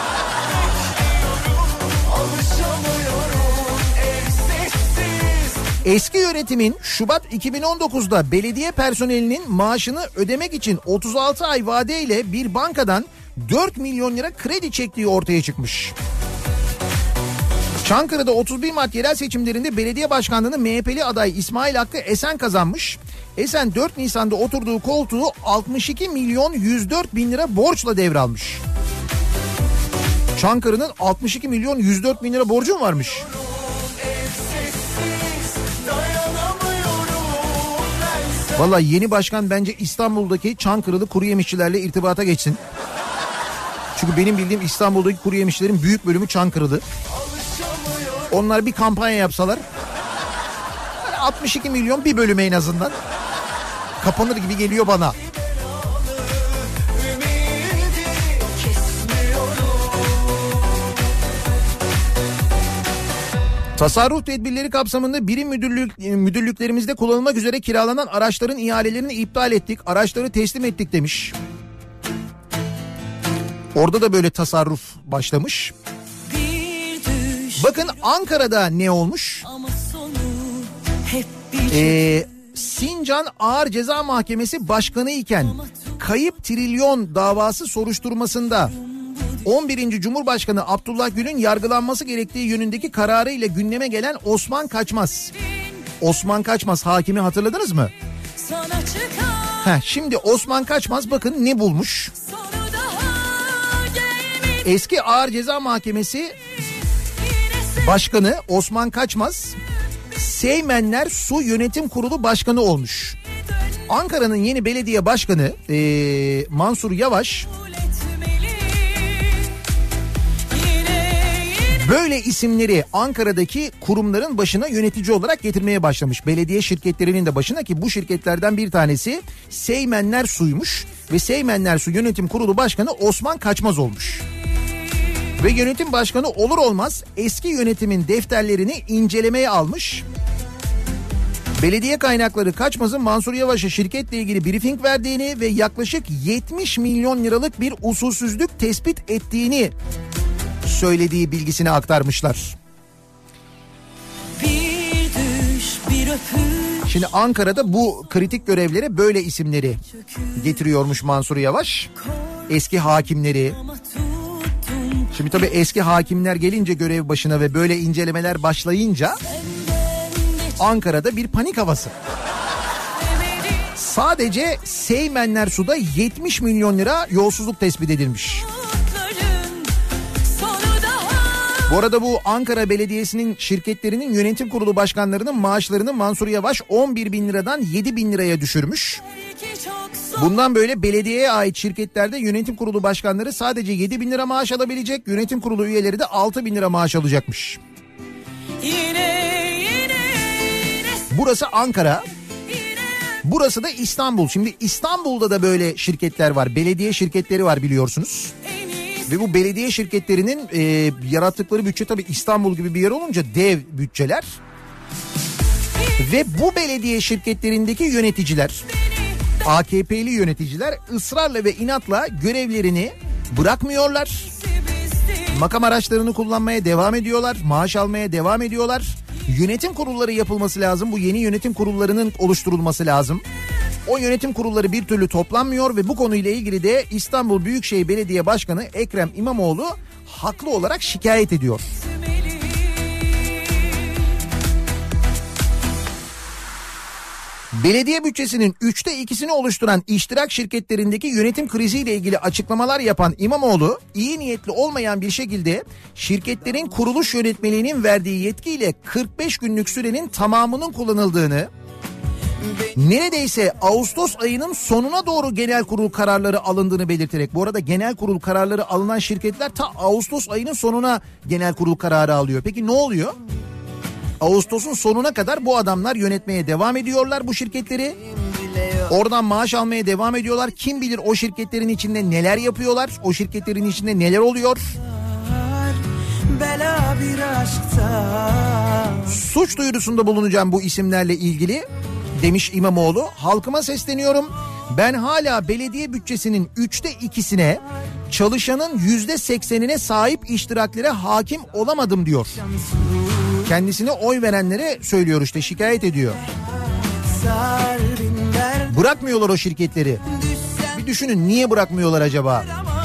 Eski yönetimin Şubat iki bin on dokuzda belediye personelinin maaşını ödemek için otuz altı ay vadeyle bir bankadan dört milyon lira kredi çektiği ortaya çıkmış. Çankırı'da otuz bir Mart yerel seçimlerinde belediye başkanlığını M H P'li aday İsmail Hakkı Esen kazanmış. Esen dört Nisan'da oturduğu koltuğu altmış iki milyon yüz dört bin lira borçla devralmış. Çankırı'nın altmış iki milyon yüz dört bin lira borcu mu varmış? Vallahi yeni başkan bence İstanbul'daki Çankırılı kuru yemişçilerle irtibata geçsin. Çünkü benim bildiğim İstanbul'daki kuru yemişçilerin büyük bölümü Çankırılı. Onlar bir kampanya yapsalar yani altmış iki milyon bir bölüme en azından kapanır gibi geliyor bana. Tasarruf tedbirleri kapsamında birim müdürlük, müdürlüklerimizde kullanılmak üzere kiralanan araçların ihalelerini iptal ettik. Araçları teslim ettik demiş. Orada da böyle tasarruf başlamış. Bakın Ankara'da ne olmuş? Ee, Sincan Ağır Ceza Mahkemesi Başkanı iken kayıp trilyon davası soruşturmasında on birinci Cumhurbaşkanı Abdullah Gül'ün yargılanması gerektiği yönündeki kararı ile gündeme gelen Osman Kaçmaz. Osman Kaçmaz hakimi hatırladınız mı? Heh, şimdi Osman Kaçmaz bakın ne bulmuş? Eski Ağır Ceza Mahkemesi Başkanı Osman Kaçmaz, Seymenler Su Yönetim Kurulu Başkanı olmuş. Ankara'nın yeni belediye başkanı ee, Mansur Yavaş böyle isimleri Ankara'daki kurumların başına yönetici olarak getirmeye başlamış. Belediye şirketlerinin de başına, ki bu şirketlerden bir tanesi Seymenler Su'ymuş ve Seymenler Su Yönetim Kurulu Başkanı Osman Kaçmaz olmuş. Ve yönetim başkanı olur olmaz eski yönetimin defterlerini incelemeye almış. Belediye kaynakları Kaçmaz'ın Mansur Yavaş'a şirketle ilgili briefing verdiğini ve yaklaşık yetmiş milyon liralık bir usulsüzlük tespit ettiğini söylediği bilgisini aktarmışlar. Bir düş, bir öpüş. Şimdi Ankara'da bu kritik görevlere böyle isimleri getiriyormuş Mansur Yavaş. Eski hakimleri. Şimdi tabii eski hakimler gelince görev başına ve böyle incelemeler başlayınca Ankara'da bir panik havası. Sadece Seymenler Su'da yetmiş milyon lira yolsuzluk tespit edilmiş. Bu arada bu Ankara Belediyesi'nin şirketlerinin yönetim kurulu başkanlarının maaşlarını Mansur Yavaş on bir bin liradan yedi bin liraya düşürmüş. Bundan böyle belediyeye ait şirketlerde yönetim kurulu başkanları sadece yedi bin lira maaş alabilecek, yönetim kurulu üyeleri de altı bin lira maaş alacakmış. Yine, yine, yine. Burası Ankara. Burası da İstanbul. Şimdi İstanbul'da da böyle şirketler var. Belediye şirketleri var biliyorsunuz. Ve bu belediye şirketlerinin e, yarattıkları bütçe tabii İstanbul gibi bir yer olunca dev bütçeler. Ve bu belediye şirketlerindeki yöneticiler, A K P'li yöneticiler ısrarla ve inatla görevlerini bırakmıyorlar. Makam araçlarını kullanmaya devam ediyorlar, maaş almaya devam ediyorlar. Yönetim kurulları yapılması lazım, bu yeni yönetim kurullarının oluşturulması lazım. O yönetim kurulları bir türlü toplanmıyor ve bu konuyla ilgili de İstanbul Büyükşehir Belediye Başkanı Ekrem İmamoğlu haklı olarak şikayet ediyor. Belediye bütçesinin üçte ikisini oluşturan iştirak şirketlerindeki yönetim kriziyle ilgili açıklamalar yapan İmamoğlu, iyi niyetli olmayan bir şekilde şirketlerin kuruluş yönetmeliğinin verdiği yetkiyle kırk beş günlük sürenin tamamının kullanıldığını, neredeyse Ağustos ayının sonuna doğru genel kurul kararları alındığını belirterek, bu arada genel kurul kararları alınan şirketler ta Ağustos ayının sonuna genel kurul kararı alıyor. Peki ne oluyor? Ağustos'un sonuna kadar bu adamlar yönetmeye devam ediyorlar bu şirketleri. Oradan maaş almaya devam ediyorlar. Kim bilir o şirketlerin içinde neler yapıyorlar? O şirketlerin içinde neler oluyor? Bela bir aşkta. Suç duyurusunda bulunacağım bu isimlerle ilgili demiş İmamoğlu. Halkıma sesleniyorum. Ben hala belediye bütçesinin üçte ikisine, çalışanın yüzde seksenine sahip iştiraklere hakim olamadım diyor. Kendisine oy verenlere söylüyor işte, şikayet ediyor. Bırakmıyorlar o şirketleri. Bir düşünün, niye bırakmıyorlar acaba?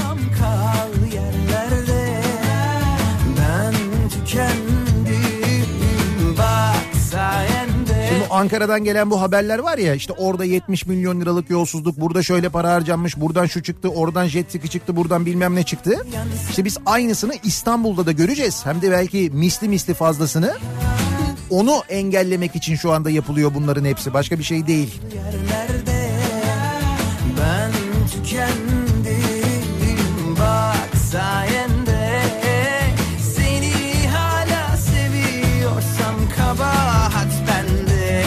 Şimdi Ankara'dan gelen bu haberler var ya, işte orada yetmiş milyon liralık yolsuzluk, burada şöyle para harcanmış, buradan şu çıktı, oradan jet ski çıktı, buradan bilmem ne çıktı. İşte biz aynısını İstanbul'da da göreceğiz. Hem de belki misli misli fazlasını. Onu engellemek için şu anda yapılıyor bunların hepsi. Başka bir şey değil. Ben tükendim bak sayende. Seni hala seviyorsam kabahat bende.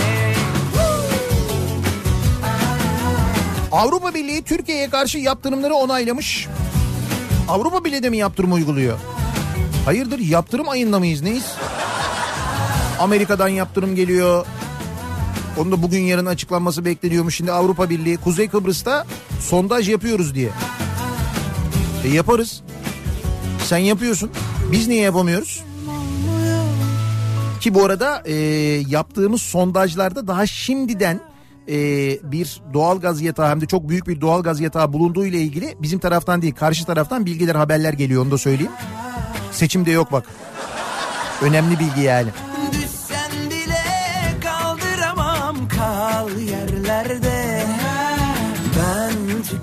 Avrupa Birliği Türkiye'ye karşı yaptırımları onaylamış. Avrupa Birliği de mi yaptırım uyguluyor? Hayırdır, yaptırım ayında mıyız, neyiz? Amerika'dan yaptırım geliyor. Onun da bugün yarın açıklanması bekleniyormuş. Şimdi Avrupa Birliği Kuzey Kıbrıs'ta sondaj yapıyoruz diye. E yaparız. Sen yapıyorsun. Biz niye yapamıyoruz? Ki bu arada e, yaptığımız sondajlarda daha şimdiden e, bir doğalgaz yatağı, hem de çok büyük bir doğalgaz yatağı bulunduğu ile ilgili bizim taraftan değil, karşı taraftan bilgiler, haberler geliyor, onu da söyleyeyim. Seçimde yok bak. Önemli bilgi yani. Düşsen bile kaldıramam, kal yerlerde. Ben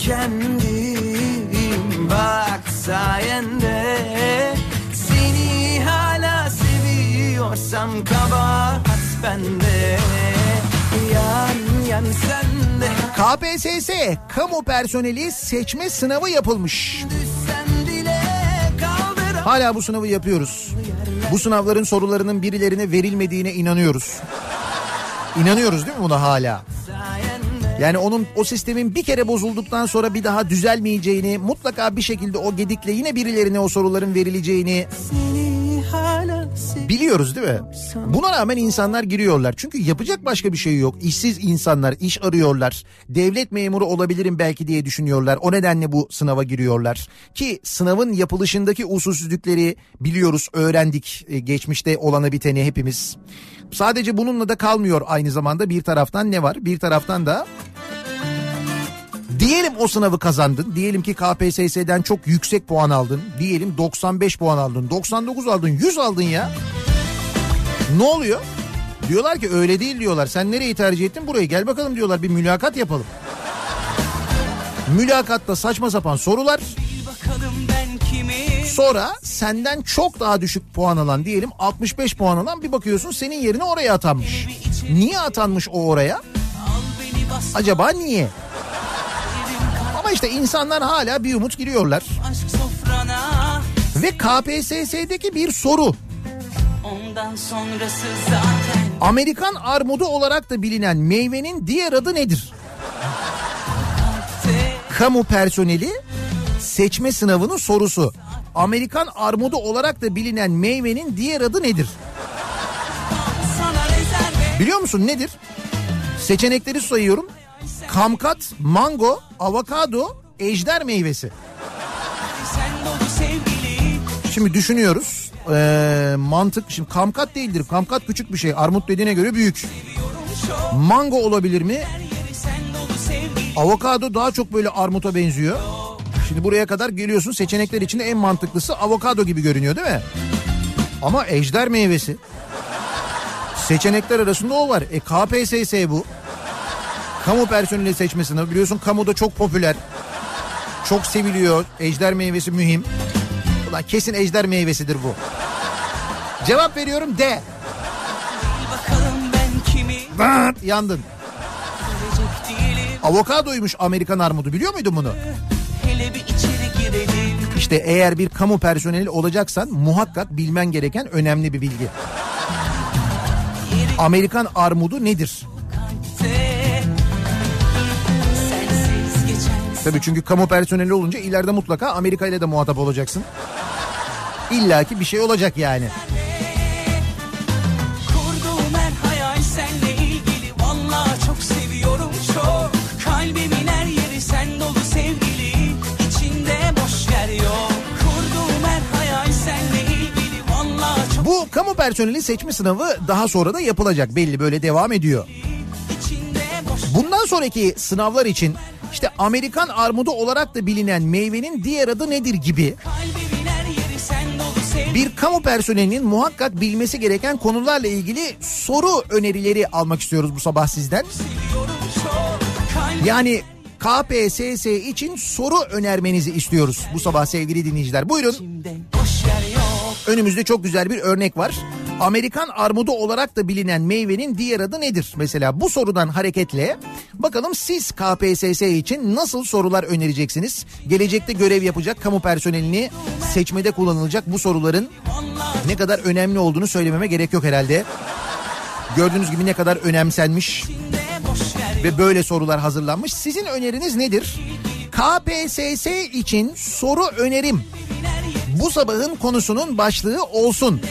tükendim bak sayende. Seni hala seviyorsam kabahat bende. Yan yan sende. K P S S kamu personeli seçme sınavı yapılmış. Düşsen bile kaldıramam. Hala bu sınavı yapıyoruz. Bu sınavların sorularının birilerine verilmediğine inanıyoruz. İnanıyoruz değil mi buna hala? Yani onun, o sistemin bir kere bozulduktan sonra bir daha düzelmeyeceğini, mutlaka bir şekilde o gedikle yine birilerine o soruların verileceğini biliyoruz değil mi? Buna rağmen insanlar giriyorlar. Çünkü yapacak başka bir şey yok. İşsiz insanlar iş arıyorlar. Devlet memuru olabilirim belki diye düşünüyorlar. O nedenle bu sınava giriyorlar. Ki sınavın yapılışındaki usulsüzlükleri biliyoruz, öğrendik. Geçmişte olanı biteni hepimiz. Sadece bununla da kalmıyor aynı zamanda. Bir taraftan ne var? Bir taraftan da diyelim o sınavı kazandın. Diyelim ki K P S S'den çok yüksek puan aldın. Diyelim doksan beş puan aldın. doksan dokuz aldın. yüz aldın ya. Ne oluyor? Diyorlar ki öyle değil diyorlar. Sen nereyi tercih ettin? Burayı. Gel bakalım diyorlar. Bir mülakat yapalım. Mülakatta saçma sapan sorular. Sonra senden çok daha düşük puan alan, diyelim altmış beş puan alan, bir bakıyorsun senin yerine oraya atanmış. Niye atanmış o oraya? Acaba niye? Ama işte insanlar hala bir umut giriyorlar. Ve K P S S'deki bir soru. Ondan sonrası zaten. Amerikan armudu olarak da bilinen meyvenin diğer adı nedir? Kamu personeli seçme sınavının sorusu. Amerikan armudu olarak da bilinen meyvenin diğer adı nedir? Biliyor musun nedir? Seçenekleri sayıyorum. Kamkat, mango, avokado, ejder meyvesi. Şimdi düşünüyoruz. Ee, mantık, şimdi kamkat değildir. Kamkat küçük bir şey. Armut dediğine göre büyük. Mango olabilir mi? Avokado daha çok böyle armuta benziyor. Şimdi buraya kadar geliyorsun, seçenekler içinde en mantıklısı avokado gibi görünüyor değil mi? Ama ejder meyvesi. Seçenekler arasında o var. E K P S S bu. Kamu personeli seçme sınavı. Biliyorsun kamuda çok popüler. Çok seviliyor. Ejder meyvesi mühim. Ulan kesin ejder meyvesidir bu. Cevap veriyorum D. Bırt, yandın. Avokadoymuş Amerikan armudu, biliyor muydun bunu? İşte eğer bir kamu personeli olacaksan muhakkak bilmen gereken önemli bir bilgi. Amerikan armudu nedir? Tabii çünkü kamu personeli olunca ileride mutlaka Amerika ile de muhatap olacaksın. İlla ki bir şey olacak yani. Kurduğum her hayal seninle ilgili, vallahi çok seviyorum çok. Kalbimin her yeri sen dolu sevgili, içinde boş yer yok. Kurduğum her hayal seninle ilgili, vallahi çok. Bu kamu personeli seçme sınavı daha sonra da yapılacak, belli, böyle devam ediyor. Bundan sonraki sınavlar için işte Amerikan armudu olarak da bilinen meyvenin diğer adı nedir gibi bir kamu personelinin muhakkak bilmesi gereken konularla ilgili soru önerileri almak istiyoruz bu sabah sizden. Yani K P S S için soru önermenizi istiyoruz bu sabah sevgili dinleyiciler. Buyurun. Önümüzde çok güzel bir örnek var. Amerikan armudu olarak da bilinen meyvenin diğer adı nedir? Mesela bu sorudan hareketle bakalım siz K P S S için nasıl sorular önereceksiniz? Gelecekte görev yapacak kamu personelini seçmede kullanılacak bu soruların ne kadar önemli olduğunu söylememe gerek yok herhalde. Gördüğünüz gibi ne kadar önemsenmiş ve böyle sorular hazırlanmış. Sizin öneriniz nedir? K P S S için soru önerim bu sabahın konusunun başlığı olsun.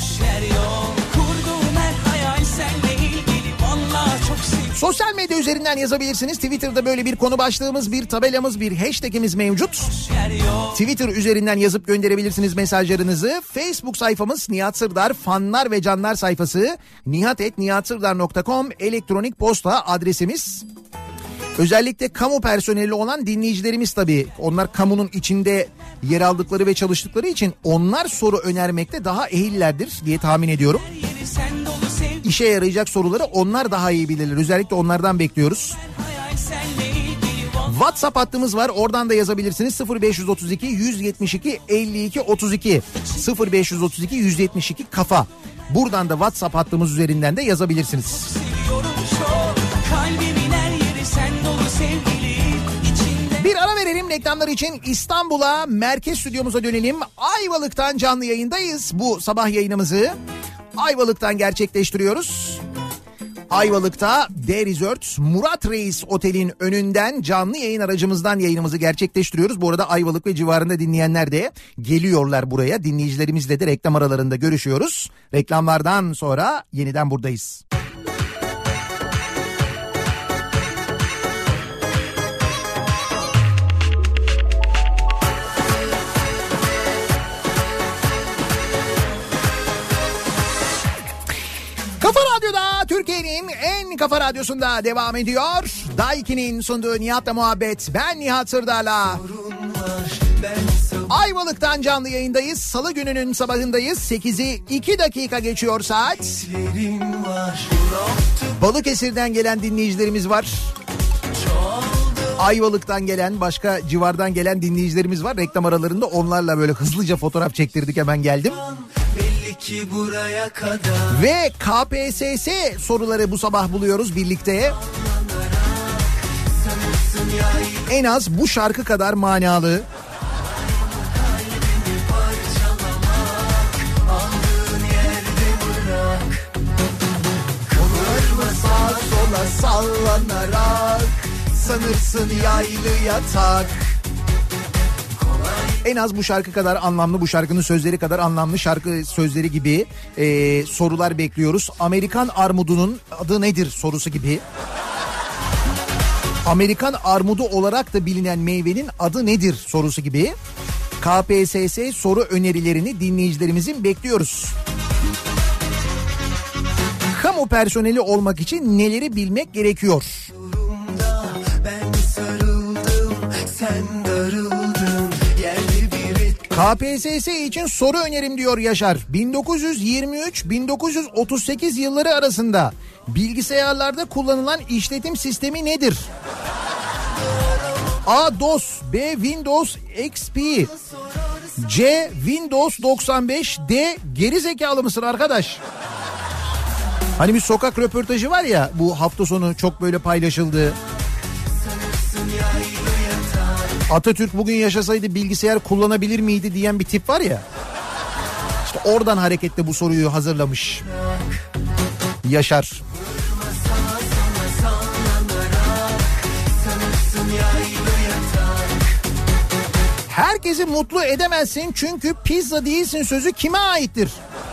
Sosyal medya üzerinden yazabilirsiniz. Twitter'da böyle bir konu başlığımız, bir tabelamız, bir hashtagimiz mevcut. Twitter üzerinden yazıp gönderebilirsiniz mesajlarınızı. Facebook sayfamız Nihat Sırdar fanlar ve canlar sayfası, nihat et nihat sırdar nokta com elektronik posta adresimiz. Özellikle kamu personeli olan dinleyicilerimiz tabii, onlar kamunun içinde yer aldıkları ve çalıştıkları için onlar soru önermekte daha ehillerdir diye tahmin ediyorum. İşe yarayacak soruları onlar daha iyi bilirler. Özellikle onlardan bekliyoruz. WhatsApp hattımız var. Oradan da yazabilirsiniz. sıfır beş otuz iki yüz yetmiş iki elli iki otuz iki sıfır beş otuz iki yüz yetmiş iki kafa. Buradan da WhatsApp hattımız üzerinden de yazabilirsiniz. Bir ara verelim reklamlar için. İstanbul'a, merkez stüdyomuza dönelim. Ayvalık'tan canlı yayındayız. Bu sabah yayınımızı Ayvalık'tan gerçekleştiriyoruz. Ayvalık'ta D Resort Murat Reis Otel'in önünden canlı yayın aracımızdan yayınımızı gerçekleştiriyoruz. Bu arada Ayvalık ve civarında dinleyenler de geliyorlar buraya. Dinleyicilerimizle de reklam aralarında görüşüyoruz. Reklamlardan sonra yeniden buradayız. Kafa Radyo'da, Türkiye'nin en kafa radyosunda devam ediyor. Daiki'nin sunduğu Nihat'la muhabbet. Ben Nihat Sırdar'la. Ayvalık'tan canlı yayındayız. Salı gününün sabahındayız. sekizi iki dakika geçiyor saat. Balıkesir'den gelen dinleyicilerimiz var. Ayvalık'tan gelen, başka civardan gelen dinleyicilerimiz var. Reklam aralarında onlarla böyle hızlıca fotoğraf çektirdik, hemen geldim. Ve K P S S soruları bu sabah buluyoruz birlikte. En az bu şarkı kadar manalı. Sağa sola sallanarak sanırsın yaylı yatak. En az bu şarkı kadar anlamlı, bu şarkının sözleri kadar anlamlı şarkı sözleri gibi e, sorular bekliyoruz. Amerikan armudunun adı nedir sorusu gibi. Amerikan armudu olarak da bilinen meyvenin adı nedir sorusu gibi. K P S S soru önerilerini dinleyicilerimizin bekliyoruz. Kamu personeli olmak için neleri bilmek gerekiyor? Ben sarıldım, sen darıldın, yerli bir K P S S için soru önerim diyor Yaşar. bin dokuz yüz yirmi üç bin dokuz yüz otuz sekiz yılları arasında bilgisayarlarda kullanılan işletim sistemi nedir? A. DOS, B. Windows X P, C. Windows doksan beş, D. Geri zekalı mısın arkadaş? Hani bir sokak röportajı var ya, bu hafta sonu çok böyle paylaşıldı. Atatürk bugün yaşasaydı bilgisayar kullanabilir miydi diyen bir tip var ya. İşte oradan hareketle bu soruyu hazırlamış Yaşar. Herkesi mutlu edemezsin çünkü pizza değilsin sözü kime aittir?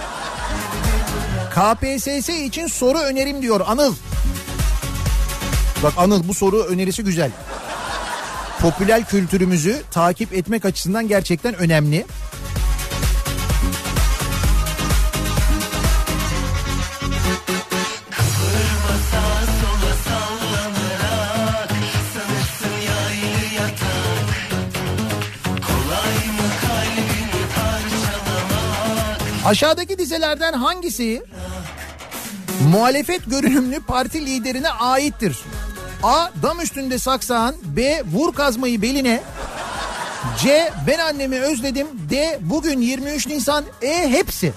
K P S S için soru önerim diyor Anıl. Bak Anıl, bu soru önerisi güzel. Popüler kültürümüzü takip etmek açısından gerçekten önemli. Aşağıdaki dizelerden hangisi muhalefet görünümlü parti liderine aittir? A. Dam üstünde saksağın, B. Vur kazmayı beline, C. Ben annemi özledim, D. Bugün yirmi üç Nisan, E. Hepsi.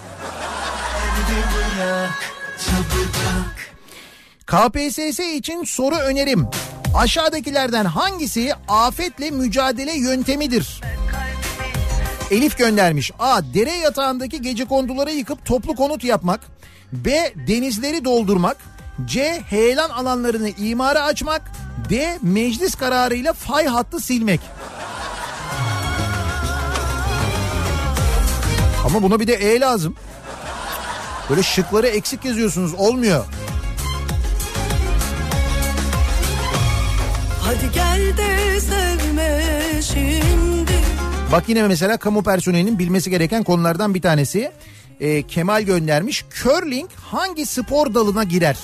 K P S S için soru önerim. Aşağıdakilerden hangisi afetle mücadele yöntemidir? Elif göndermiş. A. Dere yatağındaki gecekonduları yıkıp toplu konut yapmak. B. Denizleri doldurmak. C. Heyelan alanlarını imara açmak. D. Meclis kararıyla fay hattı silmek. Ama buna bir de E lazım. Böyle şıkları eksik yazıyorsunuz, olmuyor. Hadi gel de sevme şimdi. Bak yine mesela kamu personelinin bilmesi gereken konulardan bir tanesi. Ee, Kemal göndermiş. Curling hangi spor dalına girer?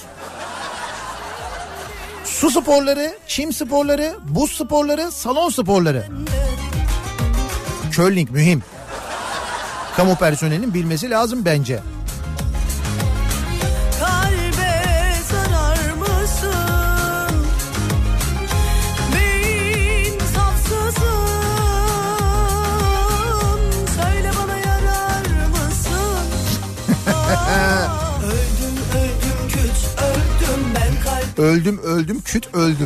Su sporları, çim sporları, buz sporları, salon sporları. Curling mühim. Kamu personelinin bilmesi lazım bence. Kalbe zarar mısın? Beyin safsızın. Söyle bana yarar mısın? Aa, öldüm öldüm küt öldüm ben kalbim. Öldüm öldüm küt öldüm.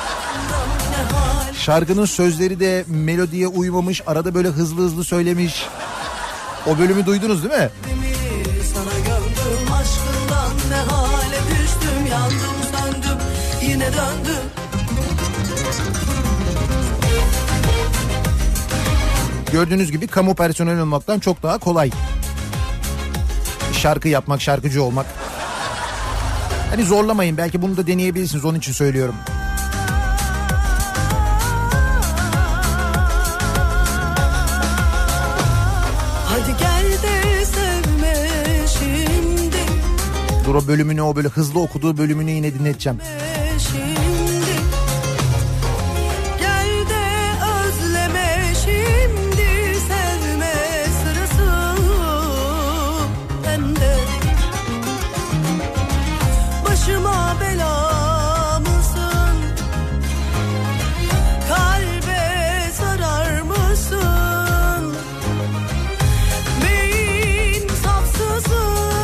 Şarkının sözleri de melodiye uymamış, arada böyle hızlı hızlı söylemiş. O bölümü duydunuz değil mi? Sana gömdüm aşkından ne hale düştüm, yandım söndüm yine döndüm. Gördüğünüz gibi kamu personeli olmaktan çok daha kolay. Şarkı yapmak, şarkıcı olmak. Hani zorlamayın, belki bunu da deneyebilirsiniz, onun için söylüyorum. Hadi gel de sevme şimdi. Dur, o bölümünü, o böyle hızlı okuduğu bölümünü yine dinleteceğim. Şimdi gel de özleme şimdi, sevme sırası bende. Başıma bela mısın? Kalbe zarar mısın? Beyin safsızın.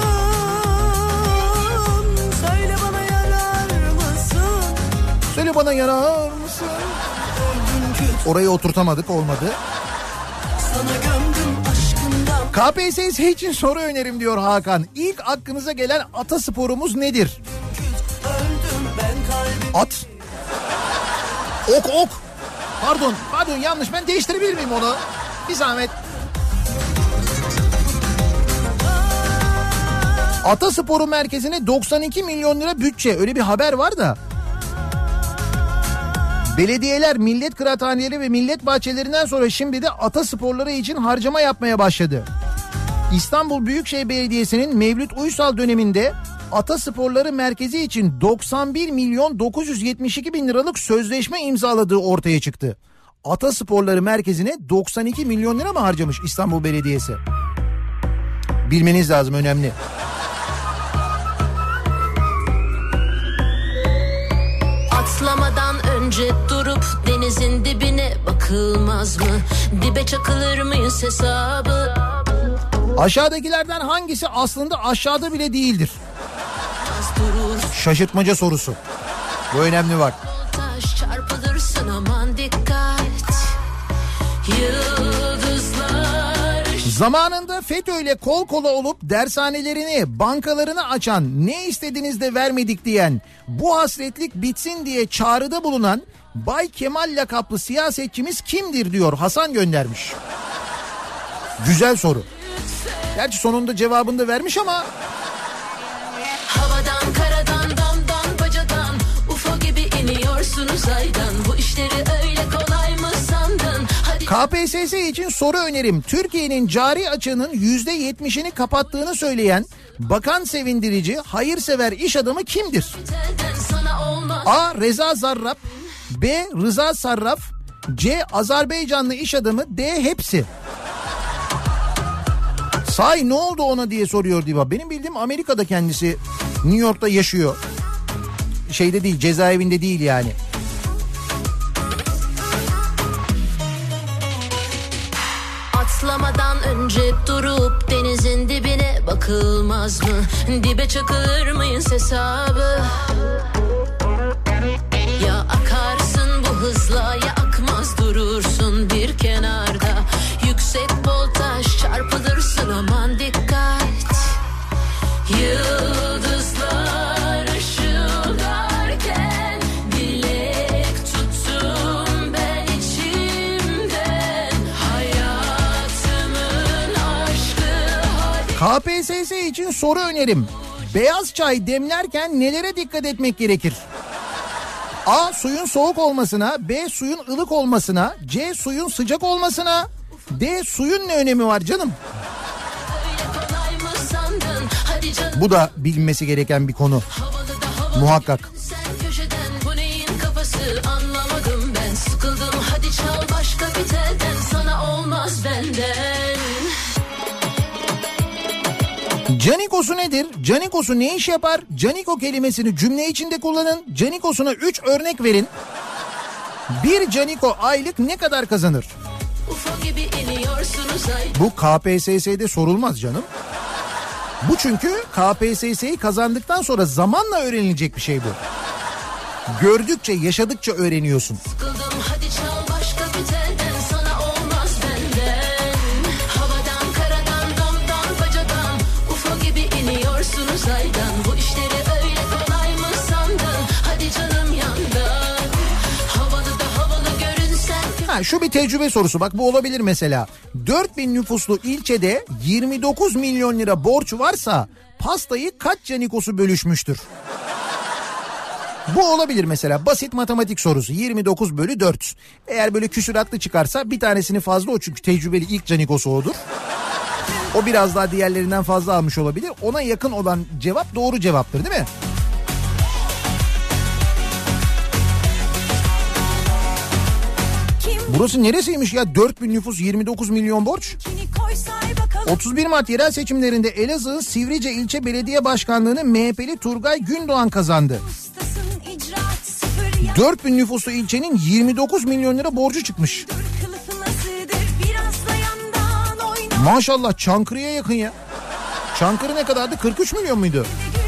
Söyle bana yarar mısın? Söyle bana yarar mısın? Orayı oturtamadık, olmadı. Sana gömdüm aşkından. K P S S için soru önerim diyor Hakan. İlk aklınıza gelen atasporumuz nedir? Öldüm ben kalbim. At. Ok ok. Pardon, pardon yanlış, ben değiştirebilir miyim onu? Bir zahmet. Atasporu merkezine doksan iki milyon lira bütçe. Öyle bir haber var da. Belediyeler, millet kıraathaneleri ve millet bahçelerinden sonra şimdi de atasporları için harcama yapmaya başladı. İstanbul Büyükşehir Belediyesi'nin Mevlüt Uysal döneminde Atasporları Merkezi için doksan bir milyon dokuz yüz yetmiş iki bin liralık sözleşme imzaladığı ortaya çıktı. Atasporları Merkezi'ne doksan iki milyon lira mı harcamış İstanbul Belediyesi? Bilmeniz lazım, önemli. Atlamadan önce durup denizin dibine bakılmaz mı? Dibe çakılır mıyız hesabı? Aşağıdakilerden hangisi aslında aşağıda bile değildir? Şaşırtmaca sorusu. Bu önemli bak. Taş çarpılırsın aman dikkat. Yıldızlar. Zamanında FETÖ ile kol kola olup dershanelerini, bankalarını açan, ne istediniz de vermedik diyen, bu hasretlik bitsin diye çağrıda bulunan Bay Kemal lakaplı siyasetçimiz kimdir diyor, Hasan göndermiş. Güzel soru. Gerçi sonunda cevabını da vermiş ama... Havadan, karadan, damdan, bacadan, U F O gibi iniyorsunuz aydan. Bu işleri öyle kolay mı sandın? Hadi... K P S S için soru önerim. Türkiye'nin cari açığının yüzde yetmişini kapattığını söyleyen bakan sevindirici, hayırsever iş adamı kimdir? A. Reza Zarrab, B. Rıza Sarraf, C. Azerbaycanlı iş adamı, D. Hepsi. Sahi ne oldu ona diye soruyor Diva. Benim bildiğim Amerika'da kendisi, New York'ta yaşıyor. Şeyde değil, cezaevinde değil yani. Atlamadan önce durup denizin dibine bakılmaz mı? Dibe çakılır mıyız hesabı? Ya akarsın bu hızla ya akmaz durursun bir kenarda. Yüksek voltaj çarpılırsın aman dikkat. Yıldızlar ışıldarken dilek tuttum ben içimden. Hayatımın aşkı hadi. K P S S için soru önerim. Beyaz çay demlerken nelere dikkat etmek gerekir? A. Suyun soğuk olmasına, B. Suyun ılık olmasına, C. Suyun sıcak olmasına, D. Suyun ne önemi var canım? Bu da bilinmesi gereken bir konu. Muhakkak. Sen köşeden bu neyin kafası anlamadım ben. Sıkıldım hadi çal başka bir telden, sana olmaz benden. Canikosu nedir? Canikosu ne iş yapar? Caniko kelimesini cümle içinde kullanın. Canikosuna üç örnek verin. Bir Caniko aylık ne kadar kazanır? Bu K P S S'de sorulmaz canım. Bu çünkü K P S S'yi kazandıktan sonra zamanla öğrenilecek bir şey bu. Gördükçe, yaşadıkça öğreniyorsun. Sıkıldım hadi çal başka bir telden, sana olmaz benden. Havadan, karadan, damdan, bacadan, U F O gibi iniyorsunuz aydan. Bu işleri öyle kolay mı sandın? Hadi canım yandan. Havalı da havalı görünsen. Ha, şu bir tecrübe sorusu, bak bu olabilir mesela. dört bin nüfuslu ilçede yirmi dokuz milyon lira borç varsa pastayı kaç canikosu bölüşmüştür? Bu olabilir mesela, basit matematik sorusu. Yirmi dokuz bölü dört. Eğer böyle küsuratlı çıkarsa bir tanesini fazla, o çünkü tecrübeli ilk canikosu odur. O biraz daha diğerlerinden fazla almış olabilir. Ona yakın olan cevap doğru cevaptır değil mi? Burası neresiymiş ya? dört bin nüfus, yirmi dokuz milyon borç. otuz bir Mart yerel seçimlerinde Elazığ Sivrice İlçe Belediye Başkanlığı'nı M H P'li Turgay Gündoğan kazandı. dört bin nüfuslu ilçenin yirmi dokuz milyon lira borcu çıkmış. Maşallah, Çankırı'ya yakın ya. Çankırı ne kadardı? kırk üç milyon muydu?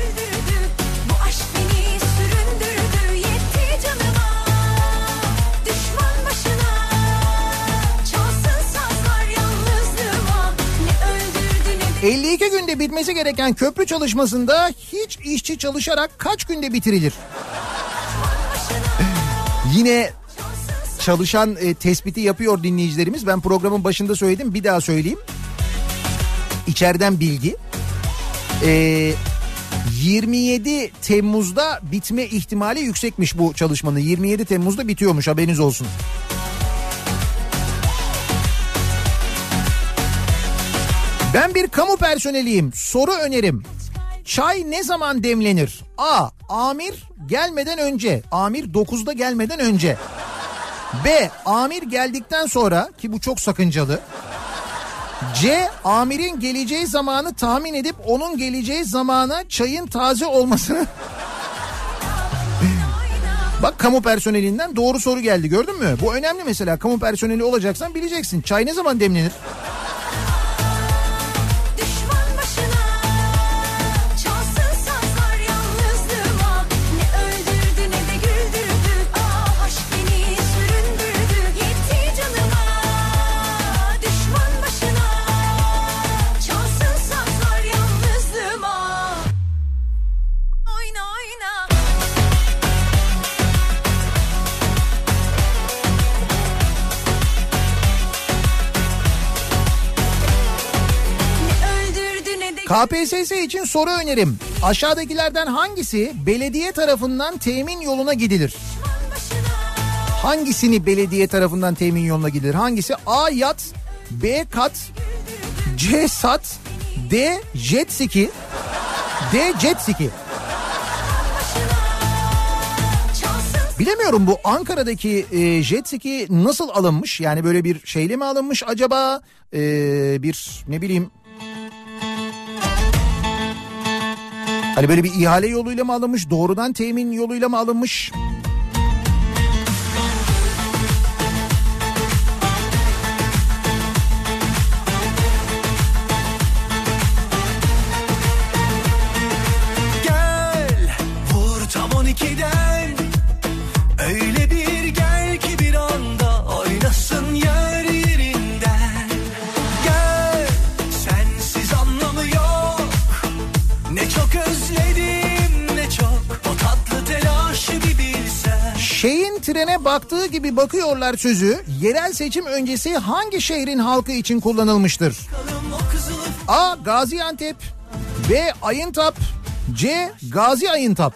elli iki günde bitmesi gereken köprü çalışmasında hiç işçi çalışarak kaç günde bitirilir? Yine çalışan e, tespiti yapıyor dinleyicilerimiz. Ben programın başında söyledim, bir daha söyleyeyim. İçeriden bilgi. Ee, yirmi yedi Temmuz'da bitme ihtimali yüksekmiş bu çalışmanın. yirmi yedi Temmuz'da bitiyormuş, haberiniz olsun. Ben bir kamu personeliyim. Soru önerim. Çay ne zaman demlenir? A. Amir gelmeden önce. Amir dokuzda gelmeden önce. B. Amir geldikten sonra, ki bu çok sakıncalı. C. Amirin geleceği zamanı tahmin edip onun geleceği zamana çayın taze olmasını... Bak, kamu personelinden doğru soru geldi, gördün mü? Bu önemli mesela, kamu personeli olacaksan bileceksin. Çay ne zaman demlenir? K P S S için soru önerim. Aşağıdakilerden hangisi belediye tarafından temin yoluna gidilir? Hangisini belediye tarafından temin yoluna gidilir? Hangisi? A. Yat, B. Kat, C. Sat, D. Jet ski, D. Jet ski. Bilemiyorum, bu Ankara'daki e, jet ski nasıl alınmış? Yani böyle bir şeyle mi alınmış acaba? E, bir ne bileyim... Hani böyle bir ihale yoluyla mı alınmış, doğrudan temin yoluyla mı alınmış? Gel, vur tam on ikiden, öyle bir gel ki bir anda oynasın yer yerinden. Gel, sensiz anlamı yok, ne çok özledim ne çok o tatlı telaşı bir bilsen. Şeyin trene baktığı gibi bakıyorlar sözü yerel seçim öncesi hangi şehrin halkı için kullanılmıştır? A. Gaziantep, B. Ayıntap, C. Gazi Ayıntap.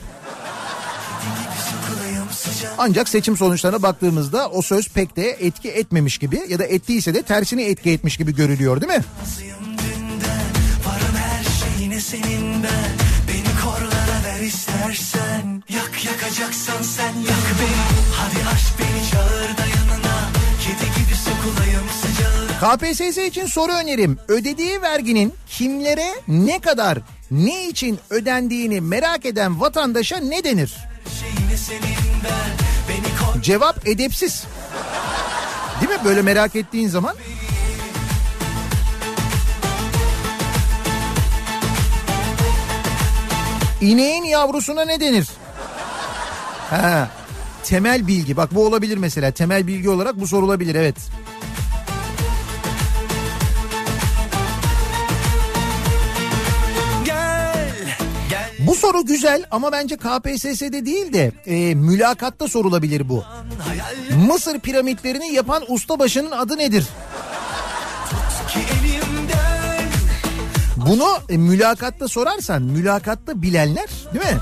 Ancak seçim sonuçlarına baktığımızda o söz pek de etki etmemiş gibi, ya da ettiyse de tersine etki etmiş gibi görülüyor, değil mi? Senin ben, beni korlara ver istersen. Yak yakacaksan sen yak beni. Hadi aşk beni çağır da yanına. Kedi gibi sokulayım sıcağına. K P S S için soru önerim. Ödediği verginin kimlere, ne kadar, ne için ödendiğini merak eden vatandaşa ne denir? Senin ben, beni kor... Cevap edepsiz. Değil mi? Böyle merak ettiğin zaman. İneğin yavrusuna ne denir? Ha, temel bilgi. Bak, bu olabilir mesela. Temel bilgi olarak bu sorulabilir, evet. Gel, gel. Bu soru güzel ama bence K P S S'de değil de e, mülakatta sorulabilir bu. Mısır piramitlerini yapan ustabaşının adı nedir? Bunu e, mülakatta sorarsan, mülakatta bilenler, değil mi?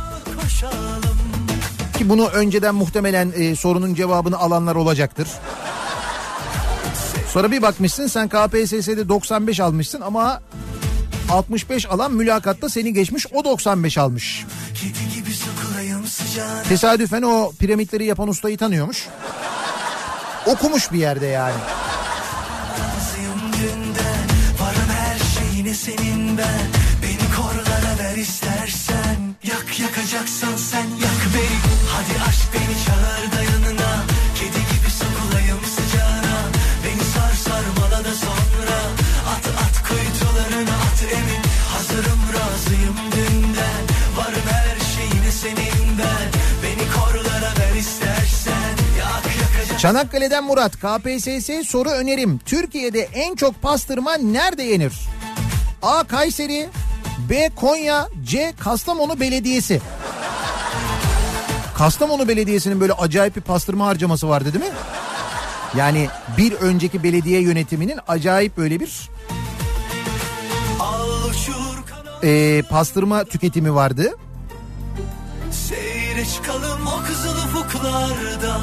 Ki bunu önceden muhtemelen e, sorunun cevabını alanlar olacaktır. Sonra bir bakmışsın sen K P S S'de doksan beş almışsın ama altmış beş alan mülakatta seni geçmiş, o doksan beş almış. Tesadüfen o piramitleri yapan ustayı tanıyormuş. Okumuş bir yerde yani. Senin ben, beni korlara ver istersen. Yak yakacaksan sen yak beni. Hadi aşk beni çağır da yanına. Kedi gibi sokulayım sıcağına. Beni sar sarmala da sonra. At at kuytularına at emin. Hazırım razıyım dünden. Varım her şeyine senin ben. Beni korlara ver istersen. Yak yakacaksan. Çanakkale'den Murat. K P S S soru önerim. Türkiye'de en çok pastırma nerede yenir? A. Kayseri, B. Konya, C. Kastamonu Belediyesi. Kastamonu Belediyesi'nin böyle acayip bir pastırma harcaması vardı, değil mi? Yani bir önceki belediye yönetiminin acayip böyle bir e, pastırma tüketimi vardı. Seyre çıkalım o kızıl ufuklarda.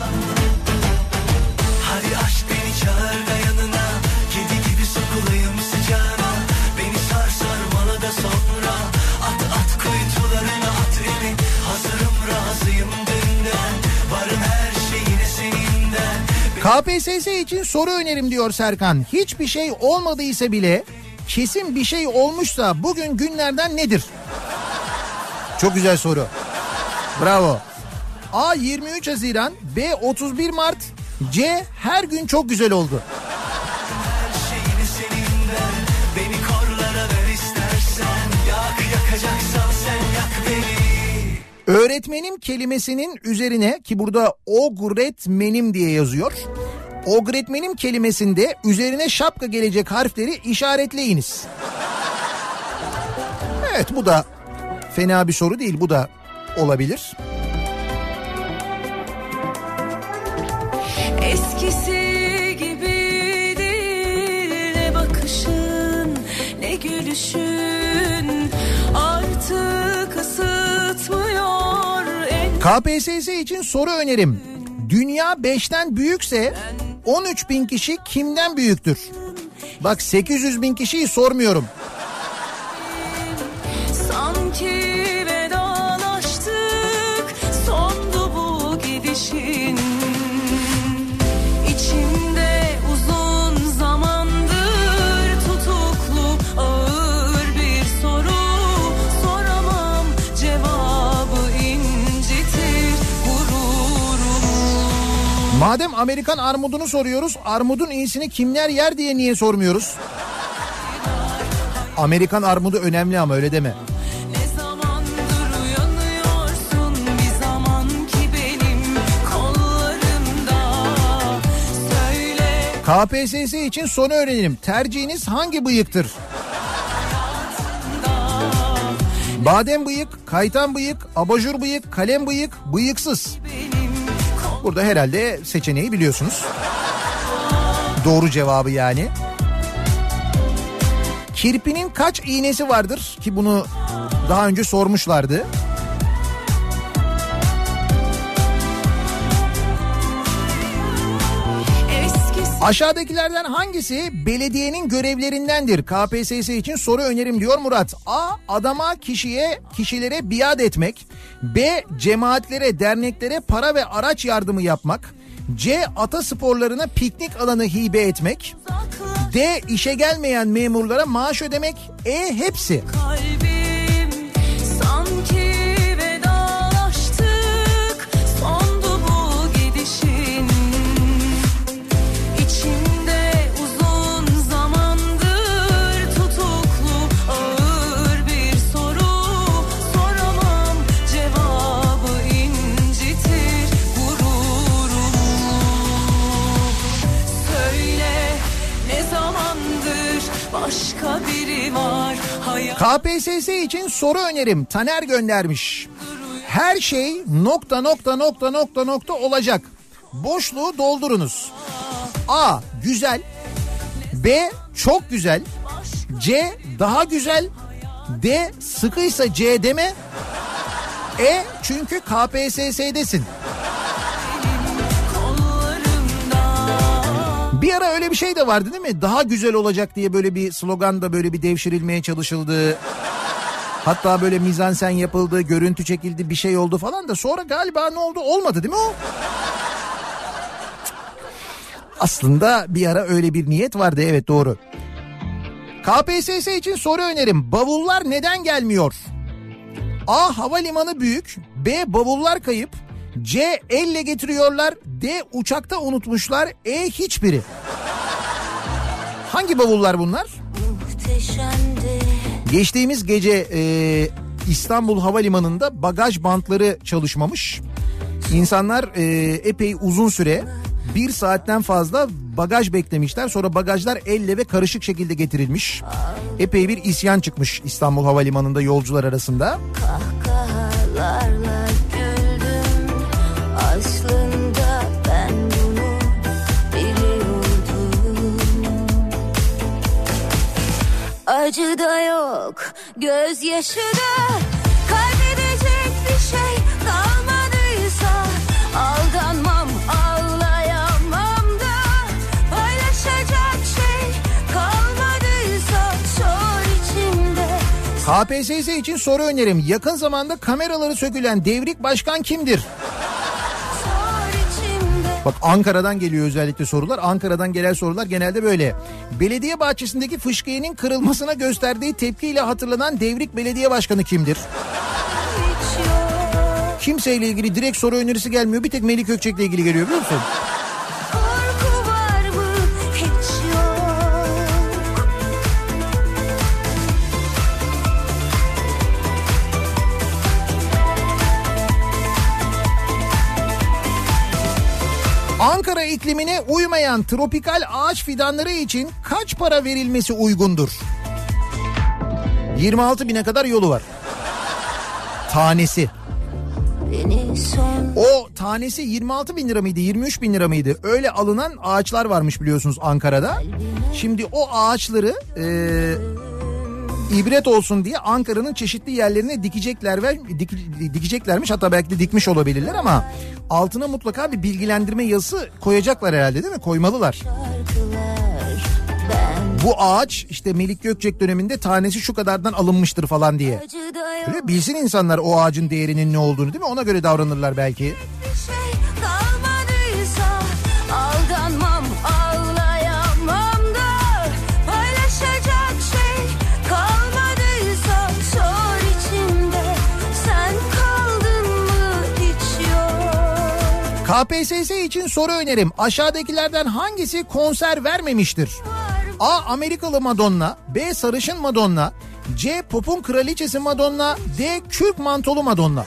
Hadi aşk beni çağır da yanına, kedi gibi sokulayım sıcağına. Beni sar sar bana da sonra, at at kuytularına at beni. Hazırım razıyım dünden, varım her şeyine seninden. K P S S için soru önerim diyor Serkan. Hiçbir şey olmadıysa bile kesin bir şey olmuşsa bugün günlerden nedir? Çok güzel soru. Bravo. A yirmi üç Haziran, B otuz bir Mart, C her gün çok güzel oldu. Her şeyini seninden, beni korlara ver istersen. Yak yakacaksan sen yak beni. Öğretmenim kelimesinin üzerine, ki burada ogretmenim diye yazıyor. Ogretmenim kelimesinde üzerine şapka gelecek harfleri işaretleyiniz. Evet, bu da fena bir soru değil, bu da olabilir. Eskisi gibi değil, ne bakışın ne gülüşün artık ısıtmıyor. En... K P S S için soru önerim. Dünya beşten büyükse on üç bin kişi kimden büyüktür? Bak, sekiz yüz bin kişiyi sormuyorum. Sanki vedalaştık, sondu bu gidişin. İçimde uzun zamandır tutuklu ağır bir soru. Soramam, cevabı incitir gururumu. Madem Amerikan armudunu soruyoruz, armudun iyisini kimler yer diye niye sormuyoruz? Amerikan armudu önemli ama öyle deme. Ne zamandır uyanıyorsun bir zaman ki benim kollarımda. Söyle. K P S S için soru öğrenelim. Tercihiniz hangi bıyıktır? Badem bıyık, kaytan bıyık, abajur bıyık, kalem bıyık, bıyıksız. Burada herhalde seçeneği biliyorsunuz. Doğru cevabı yani. Kirpinin kaç iğnesi vardır? Ki bunu daha önce sormuşlardı. Aşağıdakilerden hangisi belediyenin görevlerindendir? K P S S için soru önerim diyor Murat. A. Adama, kişiye, kişilere biat etmek. B. Cemaatlere, derneklere para ve araç yardımı yapmak. C. Atasporlarına piknik alanı hibe etmek. D. İşe gelmeyen memurlara maaş ödemek. E. Hepsi. Kalbim sanki vedalaştık, sondu bu gidişin. İçimde uzun zamandır tutuklu ağır bir soru. Soramam, cevabı incitir gururumu. Söyle, ne zamandır başka biri var hayat. K P S S için soru önerim. Taner göndermiş. Her şey nokta nokta nokta nokta nokta olacak. Boşluğu doldurunuz. A. Güzel. B. Çok güzel. C. Daha güzel. D. Sıkıysa C deme. E. Çünkü K P S S'desin. Bir ara öyle bir şey de vardı değil mi? Daha güzel olacak diye böyle bir slogan da böyle bir devşirilmeye çalışıldı. Hatta böyle mizansen yapıldı, görüntü çekildi, bir şey oldu falan da sonra galiba ne oldu? Olmadı değil mi o? Aslında bir ara öyle bir niyet vardı, evet doğru. K P S S için soru önerim. Bavullar neden gelmiyor? A. Havalimanı büyük. B. Bavullar kayıp. C. Elle getiriyorlar. D. Uçakta unutmuşlar. E. Hiçbiri. Hangi bavullar bunlar? Geçtiğimiz gece e, İstanbul Havalimanı'nda bagaj bantları çalışmamış. İnsanlar e, epey uzun süre, bir saatten fazla bagaj beklemişler. Sonra bagajlar elle ve karışık şekilde getirilmiş. Epey bir isyan çıkmış İstanbul Havalimanı'nda yolcular arasında. Kahkahalarla güldüm. Aslında ben bunu Acı da yok, gözyaşı da, kaybedecek bir şey kalmadıysa aldanmam, ağlayamam da, paylaşacak şey kalmadıysa sor içimde. K P S S için soru önerim. Yakın zamanda kameraları sökülen devrik başkan kimdir? Bak Ankara'dan geliyor özellikle sorular. Ankara'dan gelen sorular genelde böyle. Belediye bahçesindeki fışkiyenin kırılmasına gösterdiği tepkiyle hatırlanan devrik belediye başkanı kimdir? Kimseyle ilgili direkt soru önerisi gelmiyor. Bir tek Melih Gökçek'le ilgili geliyor biliyor musun? Ankara iklimine uymayan tropikal ağaç fidanları için kaç para verilmesi uygundur? yirmi altı bine kadar yolu var. Tanesi. O tanesi yirmi altı bin lira mıydı, yirmi üç bin lira mıydı? Öyle alınan ağaçlar varmış biliyorsunuz Ankara'da. Şimdi o ağaçları e, ibret olsun diye Ankara'nın çeşitli yerlerine dikecekler ve dik, dikeceklermiş, hatta belki de dikmiş olabilirler ama altına mutlaka bir bilgilendirme yazısı koyacaklar herhalde, değil mi? Koymalılar. Bu ağaç işte Melik Gökçek döneminde tanesi şu kadardan alınmıştır falan diye. Öyle bilsin insanlar o ağacın değerinin ne olduğunu, değil mi? Ona göre davranırlar belki. K P S S için soru önerim. Aşağıdakilerden hangisi konser vermemiştir? A. Amerikalı Madonna, B. Sarışın Madonna, C. Pop'un kraliçesi Madonna, D. Kürk mantolu Madonna.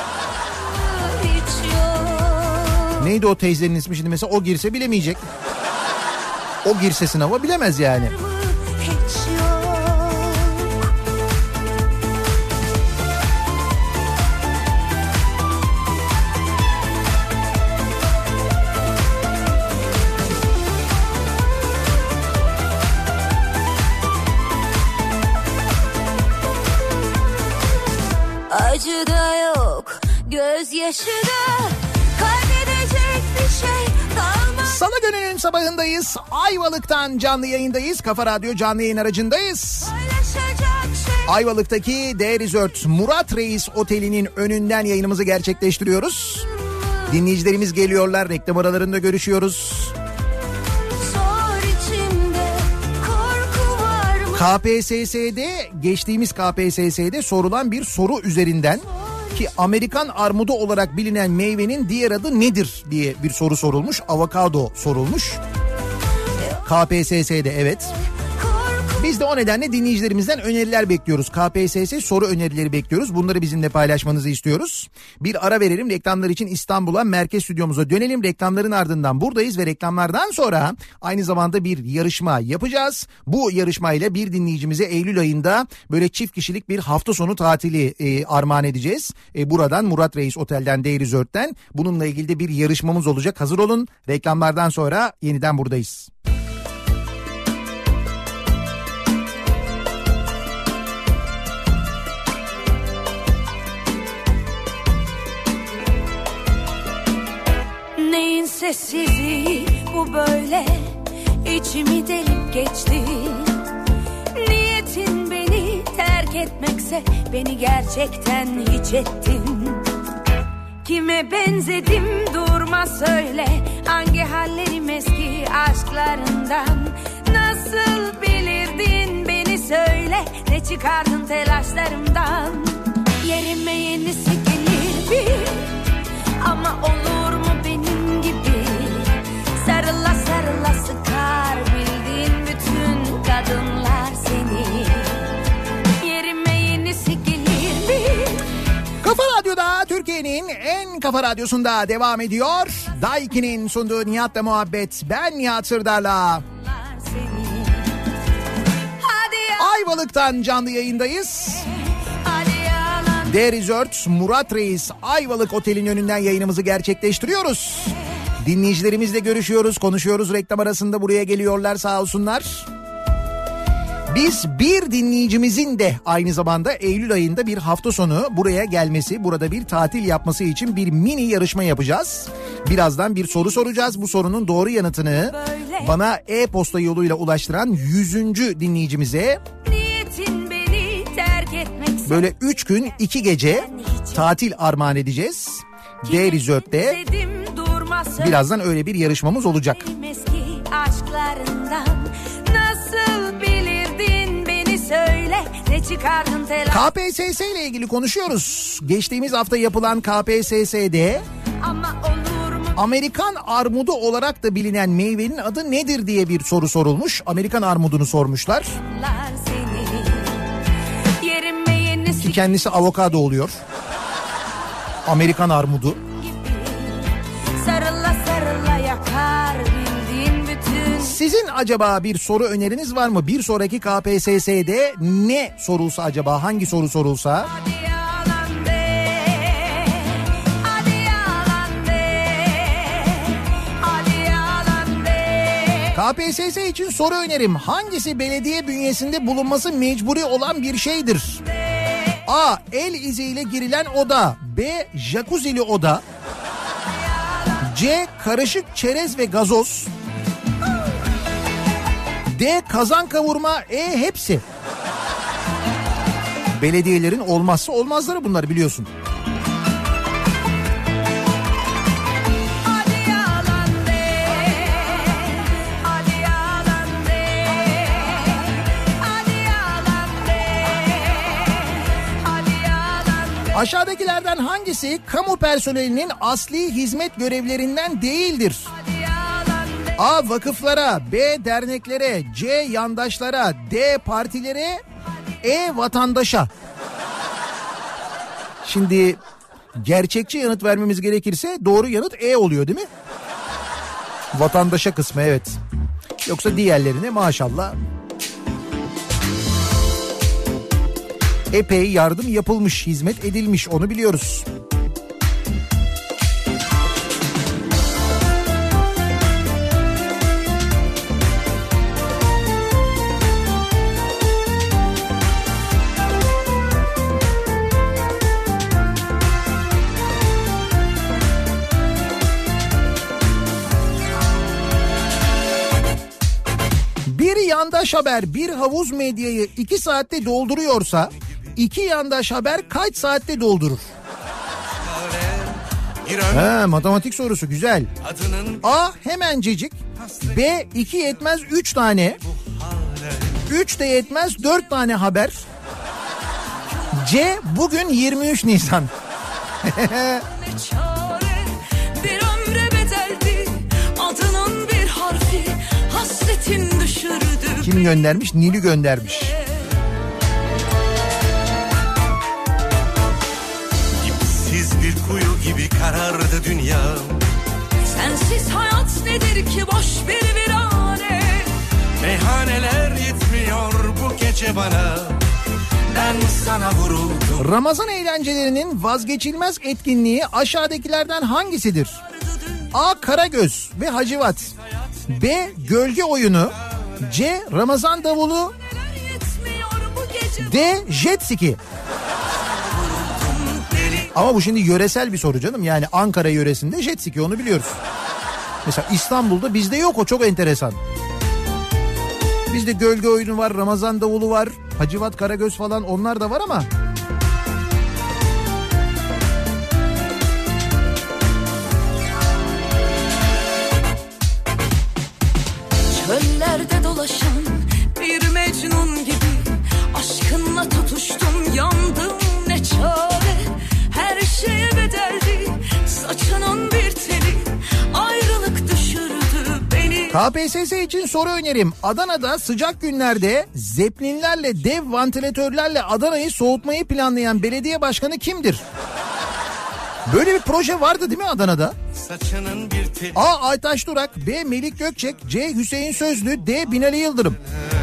Neydi o teyzenin ismi şimdi mesela? O girse bilemeyecek. O girse sınava bilemez yani. Acı da yok, gözyaşı da, kaybedecek bir şey kalmaz. Salı gününün sabahındayız. Ayvalık'tan canlı yayındayız. Kafa Radyo canlı yayın aracındayız. Şey. Ayvalık'taki D Resort Murat Reis Oteli'nin önünden yayınımızı gerçekleştiriyoruz. Dinleyicilerimiz geliyorlar, reklam aralarında görüşüyoruz. K P S S'de geçtiğimiz K P S S'de sorulan bir soru üzerinden ki Amerikan armudu olarak bilinen meyvenin diğer adı nedir diye bir soru sorulmuş. Avokado sorulmuş. K P S S'de evet. Biz de o nedenle dinleyicilerimizden öneriler bekliyoruz. K P S S soru önerileri bekliyoruz. Bunları bizimle paylaşmanızı istiyoruz. Bir ara verelim. Reklamlar için İstanbul'a, merkez stüdyomuza dönelim. Reklamların ardından buradayız ve reklamlardan sonra aynı zamanda bir yarışma yapacağız. Bu yarışmayla bir dinleyicimize Eylül ayında böyle çift kişilik bir hafta sonu tatili e, armağan edeceğiz. E, buradan Murat Reis Otel'den, D Resort'ten bununla ilgili de bir yarışmamız olacak. Hazır olun. Reklamlardan sonra yeniden buradayız. Neyin sessizliği bu böyle, içimi delip geçti. Niyetin beni terk etmekse beni gerçekten hiç ettin. Kime benzedim durma söyle, hangi hallerim eski aşklarından. Nasıl bilirdin beni söyle, ne çıkardın telaşlarımdan. Yerime yenisi gelir bir, ama olur mu benim gibi? Sarıla sarıla sıkar bildiğin bütün kadınlar seni. Yerime yenisi gelir mi? Kafa Radyo'da, Türkiye'nin en kafa radyosunda devam ediyor. Daiki'nin sunduğu Nihat'la Muhabbet. Ben Nihat Sırdar'la. Ayvalık'tan canlı yayındayız. D Resort Murat Reis Ayvalık Otel'in önünden yayınımızı gerçekleştiriyoruz. Dinleyicilerimizle görüşüyoruz, konuşuyoruz. Reklam arasında buraya geliyorlar sağ olsunlar. Biz bir dinleyicimizin de aynı zamanda Eylül ayında bir hafta sonu buraya gelmesi, burada bir tatil yapması için bir mini yarışma yapacağız. Birazdan bir soru soracağız. Bu sorunun doğru yanıtını bana e-posta yoluyla ulaştıran yüzüncü dinleyicimize böyle üç gün iki gece tatil armağan edeceğiz. D Resort'te birazdan öyle bir yarışmamız olacak. K P S S ile ilgili konuşuyoruz. Geçtiğimiz hafta yapılan K P S S'de Amerikan armudu olarak da bilinen meyvenin adı nedir diye bir soru sorulmuş. Amerikan armudunu sormuşlar. Ki kendisi avokado oluyor. Amerikan armudu. Sarıla sarıla yakar bildiğin bütün. Sizin acaba bir soru öneriniz var mı? Bir sonraki K P S S'de ne sorulsa acaba? Hangi soru sorulsa? K P S S için soru önerim. Hangisi belediye bünyesinde bulunması mecburi olan bir şeydir? A. El iziyle girilen oda. B. Jacuzzi'li oda. C. Karışık çerez ve gazoz. D. Kazan kavurma. E. Hepsi. Belediyelerin olmazsa olmazları bunlar biliyorsun. Aşağıdakilerden hangisi kamu personelinin asli hizmet görevlerinden değildir? A. Vakıflara, B. Derneklere, C. Yandaşlara, D. Partilere, E. Vatandaşa. Şimdi gerçekçi yanıt vermemiz gerekirse doğru yanıt E oluyor değil mi? Vatandaşa kısmı evet. Yoksa diğerlerine maşallah epey yardım yapılmış, hizmet edilmiş, onu biliyoruz. Bir yandaş haber bir havuz medyayı iki saatte dolduruyorsa İki yandaş haber kaç saatte doldurur? He, matematik sorusu güzel. A. Hemencecik. B. iki yetmez üç tane. Üç de yetmez dört tane haber. C. Bugün yirmi üç Nisan. Bir ömre bedeldi. Adının bir harfi hasretin düşürdü. Kim göndermiş? Nilü göndermiş. Bir kuyu gibi karardı dünya. Sensiz hayat nedir ki boş bir virane. Meyhaneler yetmiyor bu gece bana. Ben sana vuruldum. Ramazan eğlencelerinin vazgeçilmez etkinliği aşağıdakilerden hangisidir? A. Karagöz ve Hacivat. B. Gölge oyunu. C. Ramazan davulu. D. Jet ski. Ama bu şimdi yöresel bir soru canım. Yani Ankara yöresinde jet ski, onu biliyoruz. Mesela İstanbul'da bizde yok, o çok enteresan. Bizde gölge oyunu var, Ramazan davulu var, Hacivat, Karagöz falan, onlar da var ama... Çöllerde dolaşan bir Mecnun gibi aşkınla tutuştum, yandım ne çare. Her şeye bedeldi saçının bir teli, ayrılık düşürdü beni. K P S S için soru önerim. Adana'da sıcak günlerde zeplinlerle, dev vantilatörlerle Adana'yı soğutmayı planlayan belediye başkanı kimdir? Böyle bir proje vardı değil mi Adana'da? A. Aytaç Durak, B. Melik Gökçek, C. Hüseyin Sözlü, D. Binali Yıldırım.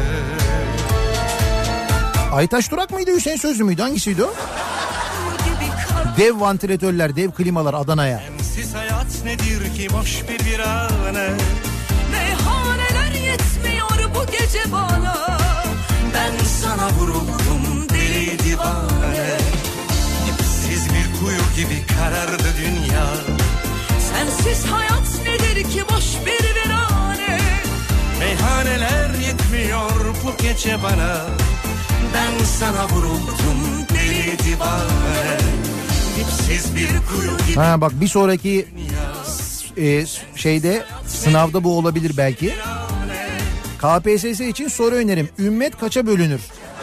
Aytaç Durak mıydı, Hüseyin Sözlü müydü, hangisiydi o? Dev vantilatörler, dev klimalar Adana'ya. Sensiz hayat nedir ki boş bir virane. Meyhaneler yetmiyor bu gece bana. Ben sana vuruldum deli divane. Dipsiz bir kuyu gibi karardı dünya. Sensiz hayat nedir ki boş bir virane. Meyhaneler yetmiyor bu gece bana. Ben sana vuruldum deli divane. Dipsiz bir kuyu gibi. Ha bak bir sonraki e, şeyde sınavda bu olabilir belki. K P S S için soru önerim. Ümmet kaça bölünür?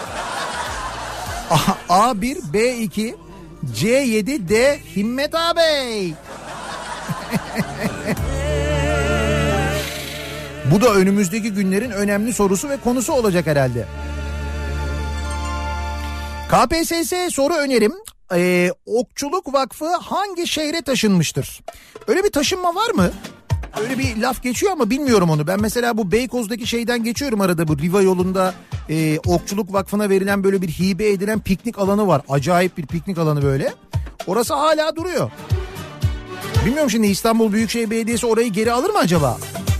A bir, B iki, C yedi, D Himmet ağabey. Bu da önümüzdeki günlerin önemli sorusu ve konusu olacak herhalde. K P S S soru önerim. Ee, Okçuluk Vakfı hangi şehre taşınmıştır? Öyle bir taşınma var mı? Öyle bir laf geçiyor ama bilmiyorum onu. Ben mesela bu Beykoz'daki şeyden geçiyorum arada, bu Riva yolunda e, Okçuluk Vakfı'na verilen böyle bir hibe edilen piknik alanı var. Acayip bir piknik alanı böyle. Orası hala duruyor. Bilmiyorum şimdi İstanbul Büyükşehir Belediyesi orayı geri alır mı acaba?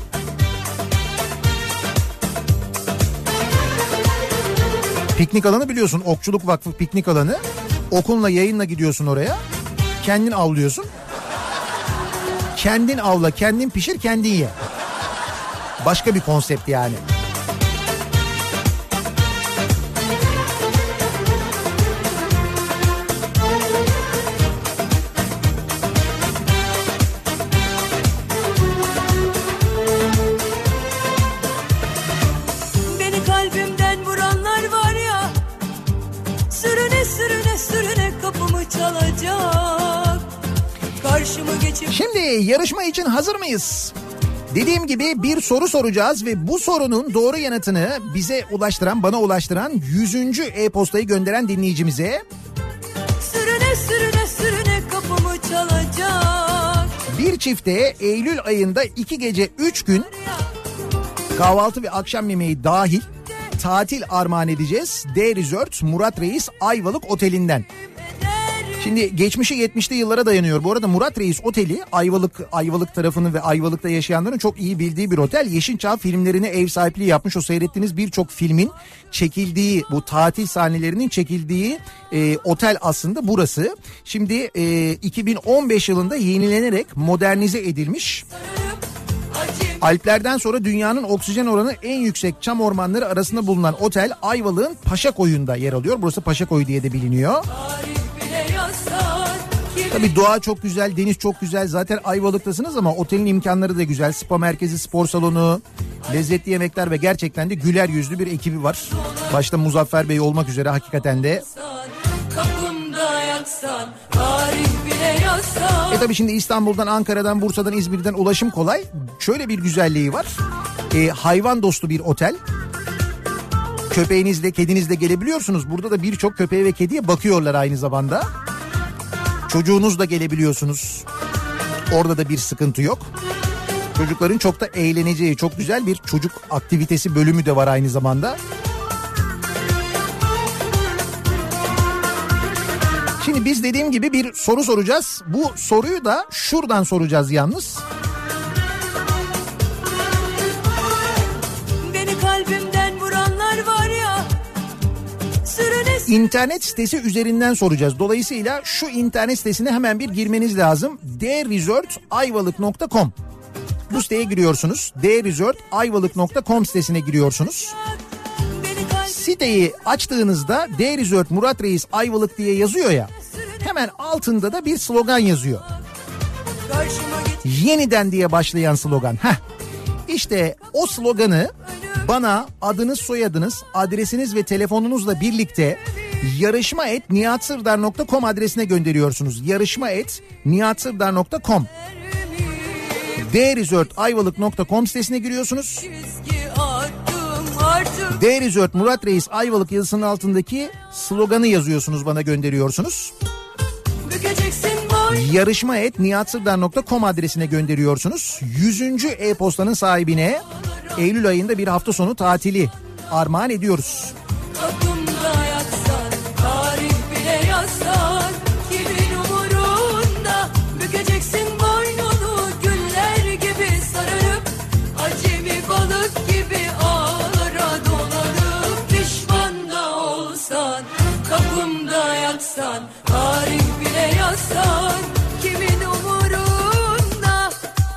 Piknik alanı biliyorsun, Okçuluk Vakfı piknik alanı. Okunla yayınla gidiyorsun oraya. Kendin avlıyorsun. Kendin avla, kendin pişir, kendin ye. Başka bir konsept yani. Beni kalbimden vuranlar var ya, sürüne sürüne sürüne kapımı çalacak. Karşımı geçip... Şimdi yarışma için hazır mıyız? Dediğim gibi bir soru soracağız ve bu sorunun doğru yanıtını bize ulaştıran, bana ulaştıran yüzüncü e-postayı gönderen dinleyicimize Sürüne sürüne sürüne kapımı çalacak. bir çifte Eylül ayında iki gece üç gün kahvaltı ve akşam yemeği dahil tatil armağan edeceğiz. D Resort Murat Reis Ayvalık Oteli'nden. Şimdi geçmişi yetmişli yıllara dayanıyor. Bu arada Murat Reis Oteli Ayvalık Ayvalık tarafını ve Ayvalık'ta yaşayanların çok iyi bildiği bir otel. Yeşilçam filmlerine ev sahipliği yapmış. O seyrettiğiniz birçok filmin çekildiği, bu tatil sahnelerinin çekildiği e, otel aslında burası. Şimdi e, iki bin on beş yılında yenilenerek modernize edilmiş. Alplerden sonra dünyanın oksijen oranı en yüksek çam ormanları arasında bulunan otel Ayvalık'ın Paşakoyu'nda yer alıyor. Burası Paşakoyu diye de biliniyor. Tabii doğa çok güzel, deniz çok güzel. Zaten Ayvalık'tasınız ama otelin imkanları da güzel. Spa merkezi, spor salonu, lezzetli yemekler ve gerçekten de güler yüzlü bir ekibi var. Başta Muzaffer Bey olmak üzere hakikaten de. Kapımda yatsan, tarih bile yazsan. E tabii şimdi İstanbul'dan, Ankara'dan, Bursa'dan, İzmir'den ulaşım kolay. Şöyle bir güzelliği var. E, hayvan dostu bir otel. Köpeğinizle, kedinizle gelebiliyorsunuz. Burada da birçok köpeğe ve kediye bakıyorlar aynı zamanda. Çocuğunuzla gelebiliyorsunuz. Orada da bir sıkıntı yok. Çocukların çok da eğleneceği, çok güzel bir çocuk aktivitesi bölümü de var aynı zamanda. Şimdi biz dediğim gibi bir soru soracağız. Bu soruyu da şuradan soracağız yalnız. Beni kalbimden vuranlar var ya, sürüne... İnternet sitesi üzerinden soracağız. Dolayısıyla şu internet sitesine hemen bir girmeniz lazım. d resort ayvalık nokta com. Bu siteye giriyorsunuz. d resort ayvalık nokta com sitesine giriyorsunuz. Siteyi açtığınızda D Resort Murat Reis Ayvalık diye yazıyor ya. Hemen altında da bir slogan yazıyor. Yeniden diye başlayan slogan. Heh. İşte o sloganı bana adınız, soyadınız, adresiniz ve telefonunuzla birlikte yarışma et nihatsırdar nokta com adresine gönderiyorsunuz. yarışma et nihatsırdar nokta com. d resort ayvalık nokta com sitesine giriyorsunuz. D Resort Murat Reis Ayvalık yazısının altındaki sloganı yazıyorsunuz, bana gönderiyorsunuz. yarışma et nihatsırdar nokta com adresine gönderiyorsunuz. yüzüncü e-postanın sahibine Eylül ayında bir hafta sonu tatili armağan ediyoruz. Kapımda yatsan, tarih bile yazsan, kimin umurunda, bükeceksin boynunu güller gibi sararıp, acemi balık gibi ağlara dolanıp, pişman ruhumda yatsan, tarih bile yazsan, kimin umurunda?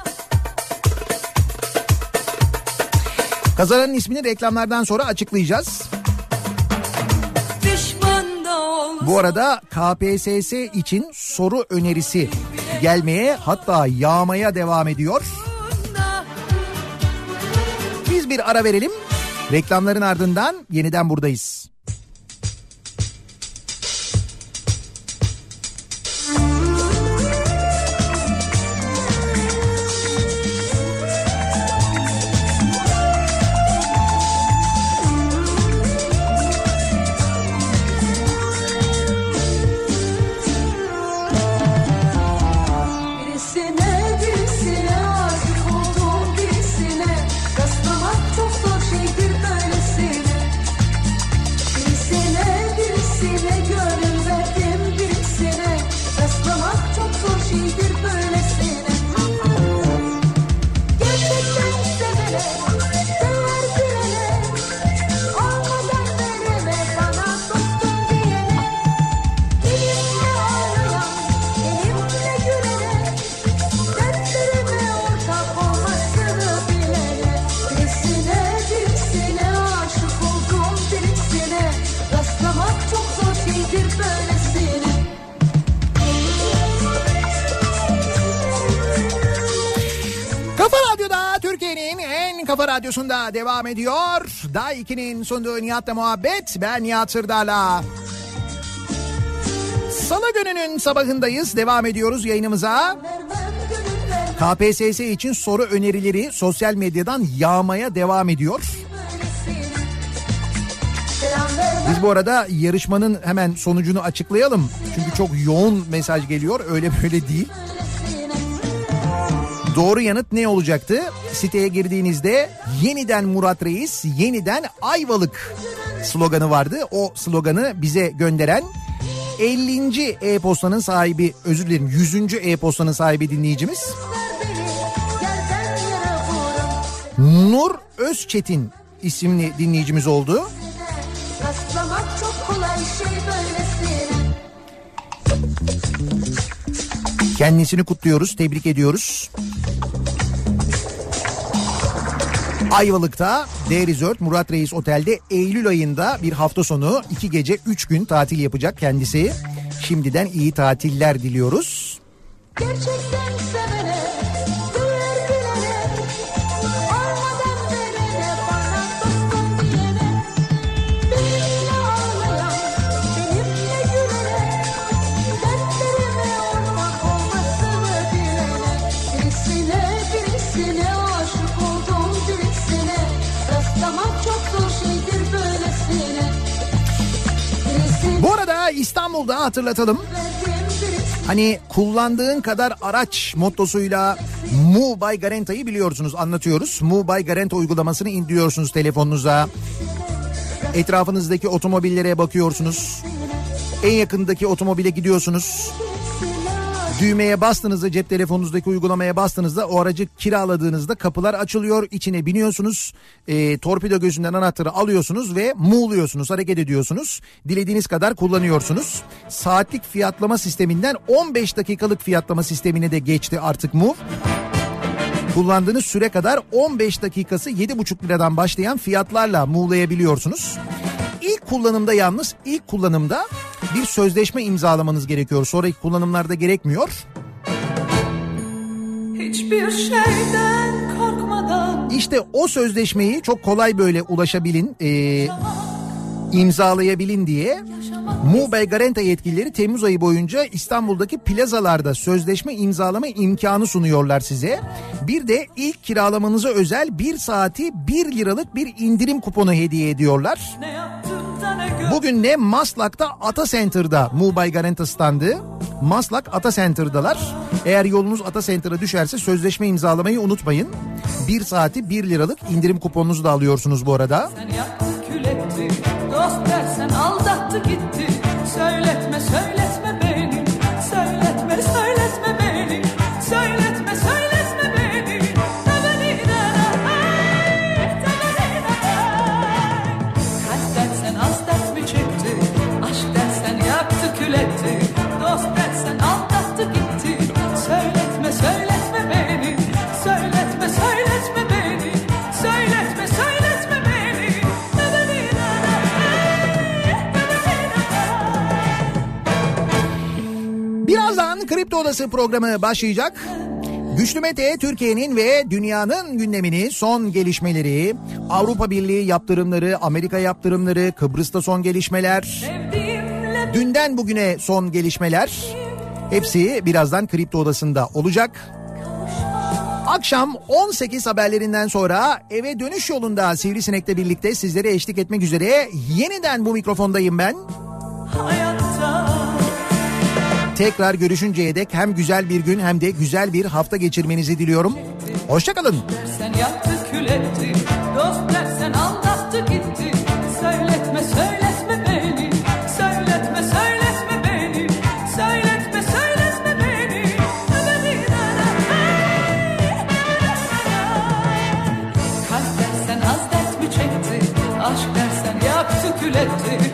Kazananın ismini reklamlardan sonra açıklayacağız. Bu arada K P S S için soru önerisi gelmeye, hatta yağmaya devam ediyor. Biz bir ara verelim. Reklamların ardından yeniden buradayız. Kafa Radyosu'nda devam ediyor. Daha ikinin sunduğu Nihat'la muhabbet. Ben Nihat Sırdar'la. Salı gününün sabahındayız. Devam ediyoruz yayınımıza. K P S S için soru önerileri sosyal medyadan yağmaya devam ediyor. Biz bu arada yarışmanın hemen sonucunu açıklayalım. Çünkü çok yoğun mesaj geliyor. Öyle böyle değil. Doğru yanıt ne olacaktı? Siteye girdiğinizde yeniden Murat Reis, yeniden Ayvalık sloganı vardı. O sloganı bize gönderen ellinci e-postanın sahibi, özür dilerim yüzüncü e-postanın sahibi dinleyicimiz Nur Özçetin isimli dinleyicimiz oldu. Kendisini kutluyoruz, tebrik ediyoruz. Ayvalık'ta D Resort Murat Reis Otel'de Eylül ayında bir hafta sonu iki gece üç gün tatil yapacak kendisi. Şimdiden iyi tatiller diliyoruz. Gerçekten sevene, değer bilene, almadan verene, bana dostum diyene, benimle ağlayan, benimle gülene, dertlerime ortak olmasını bilene, birisine birisine aşık oldum birisine, rastlamak çok zor şeydir böylesine. Birisine... Bu arada İstanbul'da hatırlatalım. Hani kullandığın kadar araç mottosuyla Mu by Garanta'yı biliyorsunuz, anlatıyoruz. Mu by Garanta uygulamasını indiriyorsunuz telefonunuza. Etrafınızdaki otomobillere bakıyorsunuz. En yakındaki otomobile gidiyorsunuz. Düğmeye bastığınızda, cep telefonunuzdaki uygulamaya bastığınızda, o aracı kiraladığınızda kapılar açılıyor. İçine biniyorsunuz. E, torpido gözünden anahtarı alıyorsunuz ve muğluyorsunuz, hareket ediyorsunuz. Dilediğiniz kadar kullanıyorsunuz. Saatlik fiyatlama sisteminden on beş dakikalık fiyatlama sistemine de geçti artık Mu. Kullandığınız süre kadar on beş dakikası yedi buçuk liradan başlayan fiyatlarla muğlayabiliyorsunuz. İlk kullanımda yalnız, ilk kullanımda bir sözleşme imzalamanız gerekiyor. Sonraki kullanımlarda gerekmiyor. Hiçbir şeyden korkmadan. İşte o sözleşmeyi çok kolay böyle ulaşabilin, e, imzalayabilin diye Mu by Garanta yetkilileri Temmuz ayı boyunca İstanbul'daki plazalarda sözleşme imzalama imkanı sunuyorlar size. Bir de ilk kiralamanıza özel bir saati bir liralık bir indirim kuponu hediye ediyorlar. Bugün de Maslak'ta Ata Center'da Mu by Garanta standı. Maslak Ata Center'dalar. Eğer yolunuz Ata Center'a düşerse sözleşme imzalamayı unutmayın. Bir saati bir liralık indirim kuponunuzu da alıyorsunuz bu arada. Sen yaktı kül etti, dost dersen aldattı gitti. Söyletme söyletme beni, söyletme söyletme beni, söyletme söyletme beni. Kaç dersen az dert mi çekti, aşk dersen kül etti. Dost dersen aldattı gitti. Söyletme söyletme beni. Söyletme söyletme beni. Söyletme söyletme beni. Birazdan Kripto Odası programı başlayacak. Güçlü Mete Türkiye'nin ve dünyanın gündemini, son gelişmeleri, Avrupa Birliği yaptırımları, Amerika yaptırımları, Kıbrıs'ta son gelişmeler, dünden bugüne son gelişmeler, hepsi birazdan Kripto Odası'nda olacak. Akşam on sekiz haberlerinden sonra eve dönüş yolunda Sivrisinek'le birlikte sizlere eşlik etmek üzere yeniden bu mikrofondayım ben. Hayatta Tekrar görüşünceye dek hem güzel bir gün hem de güzel bir hafta geçirmenizi diliyorum. Hoşçakalın. dersen yaktı kül etti. Dost dersen aldattı gitti. Söyletme söyletme beni. Söyletme söyletme beni. Söyletme söyletme beni. Kalp dersen az dert mi çekti? Aşk dersen yaktı kül etti.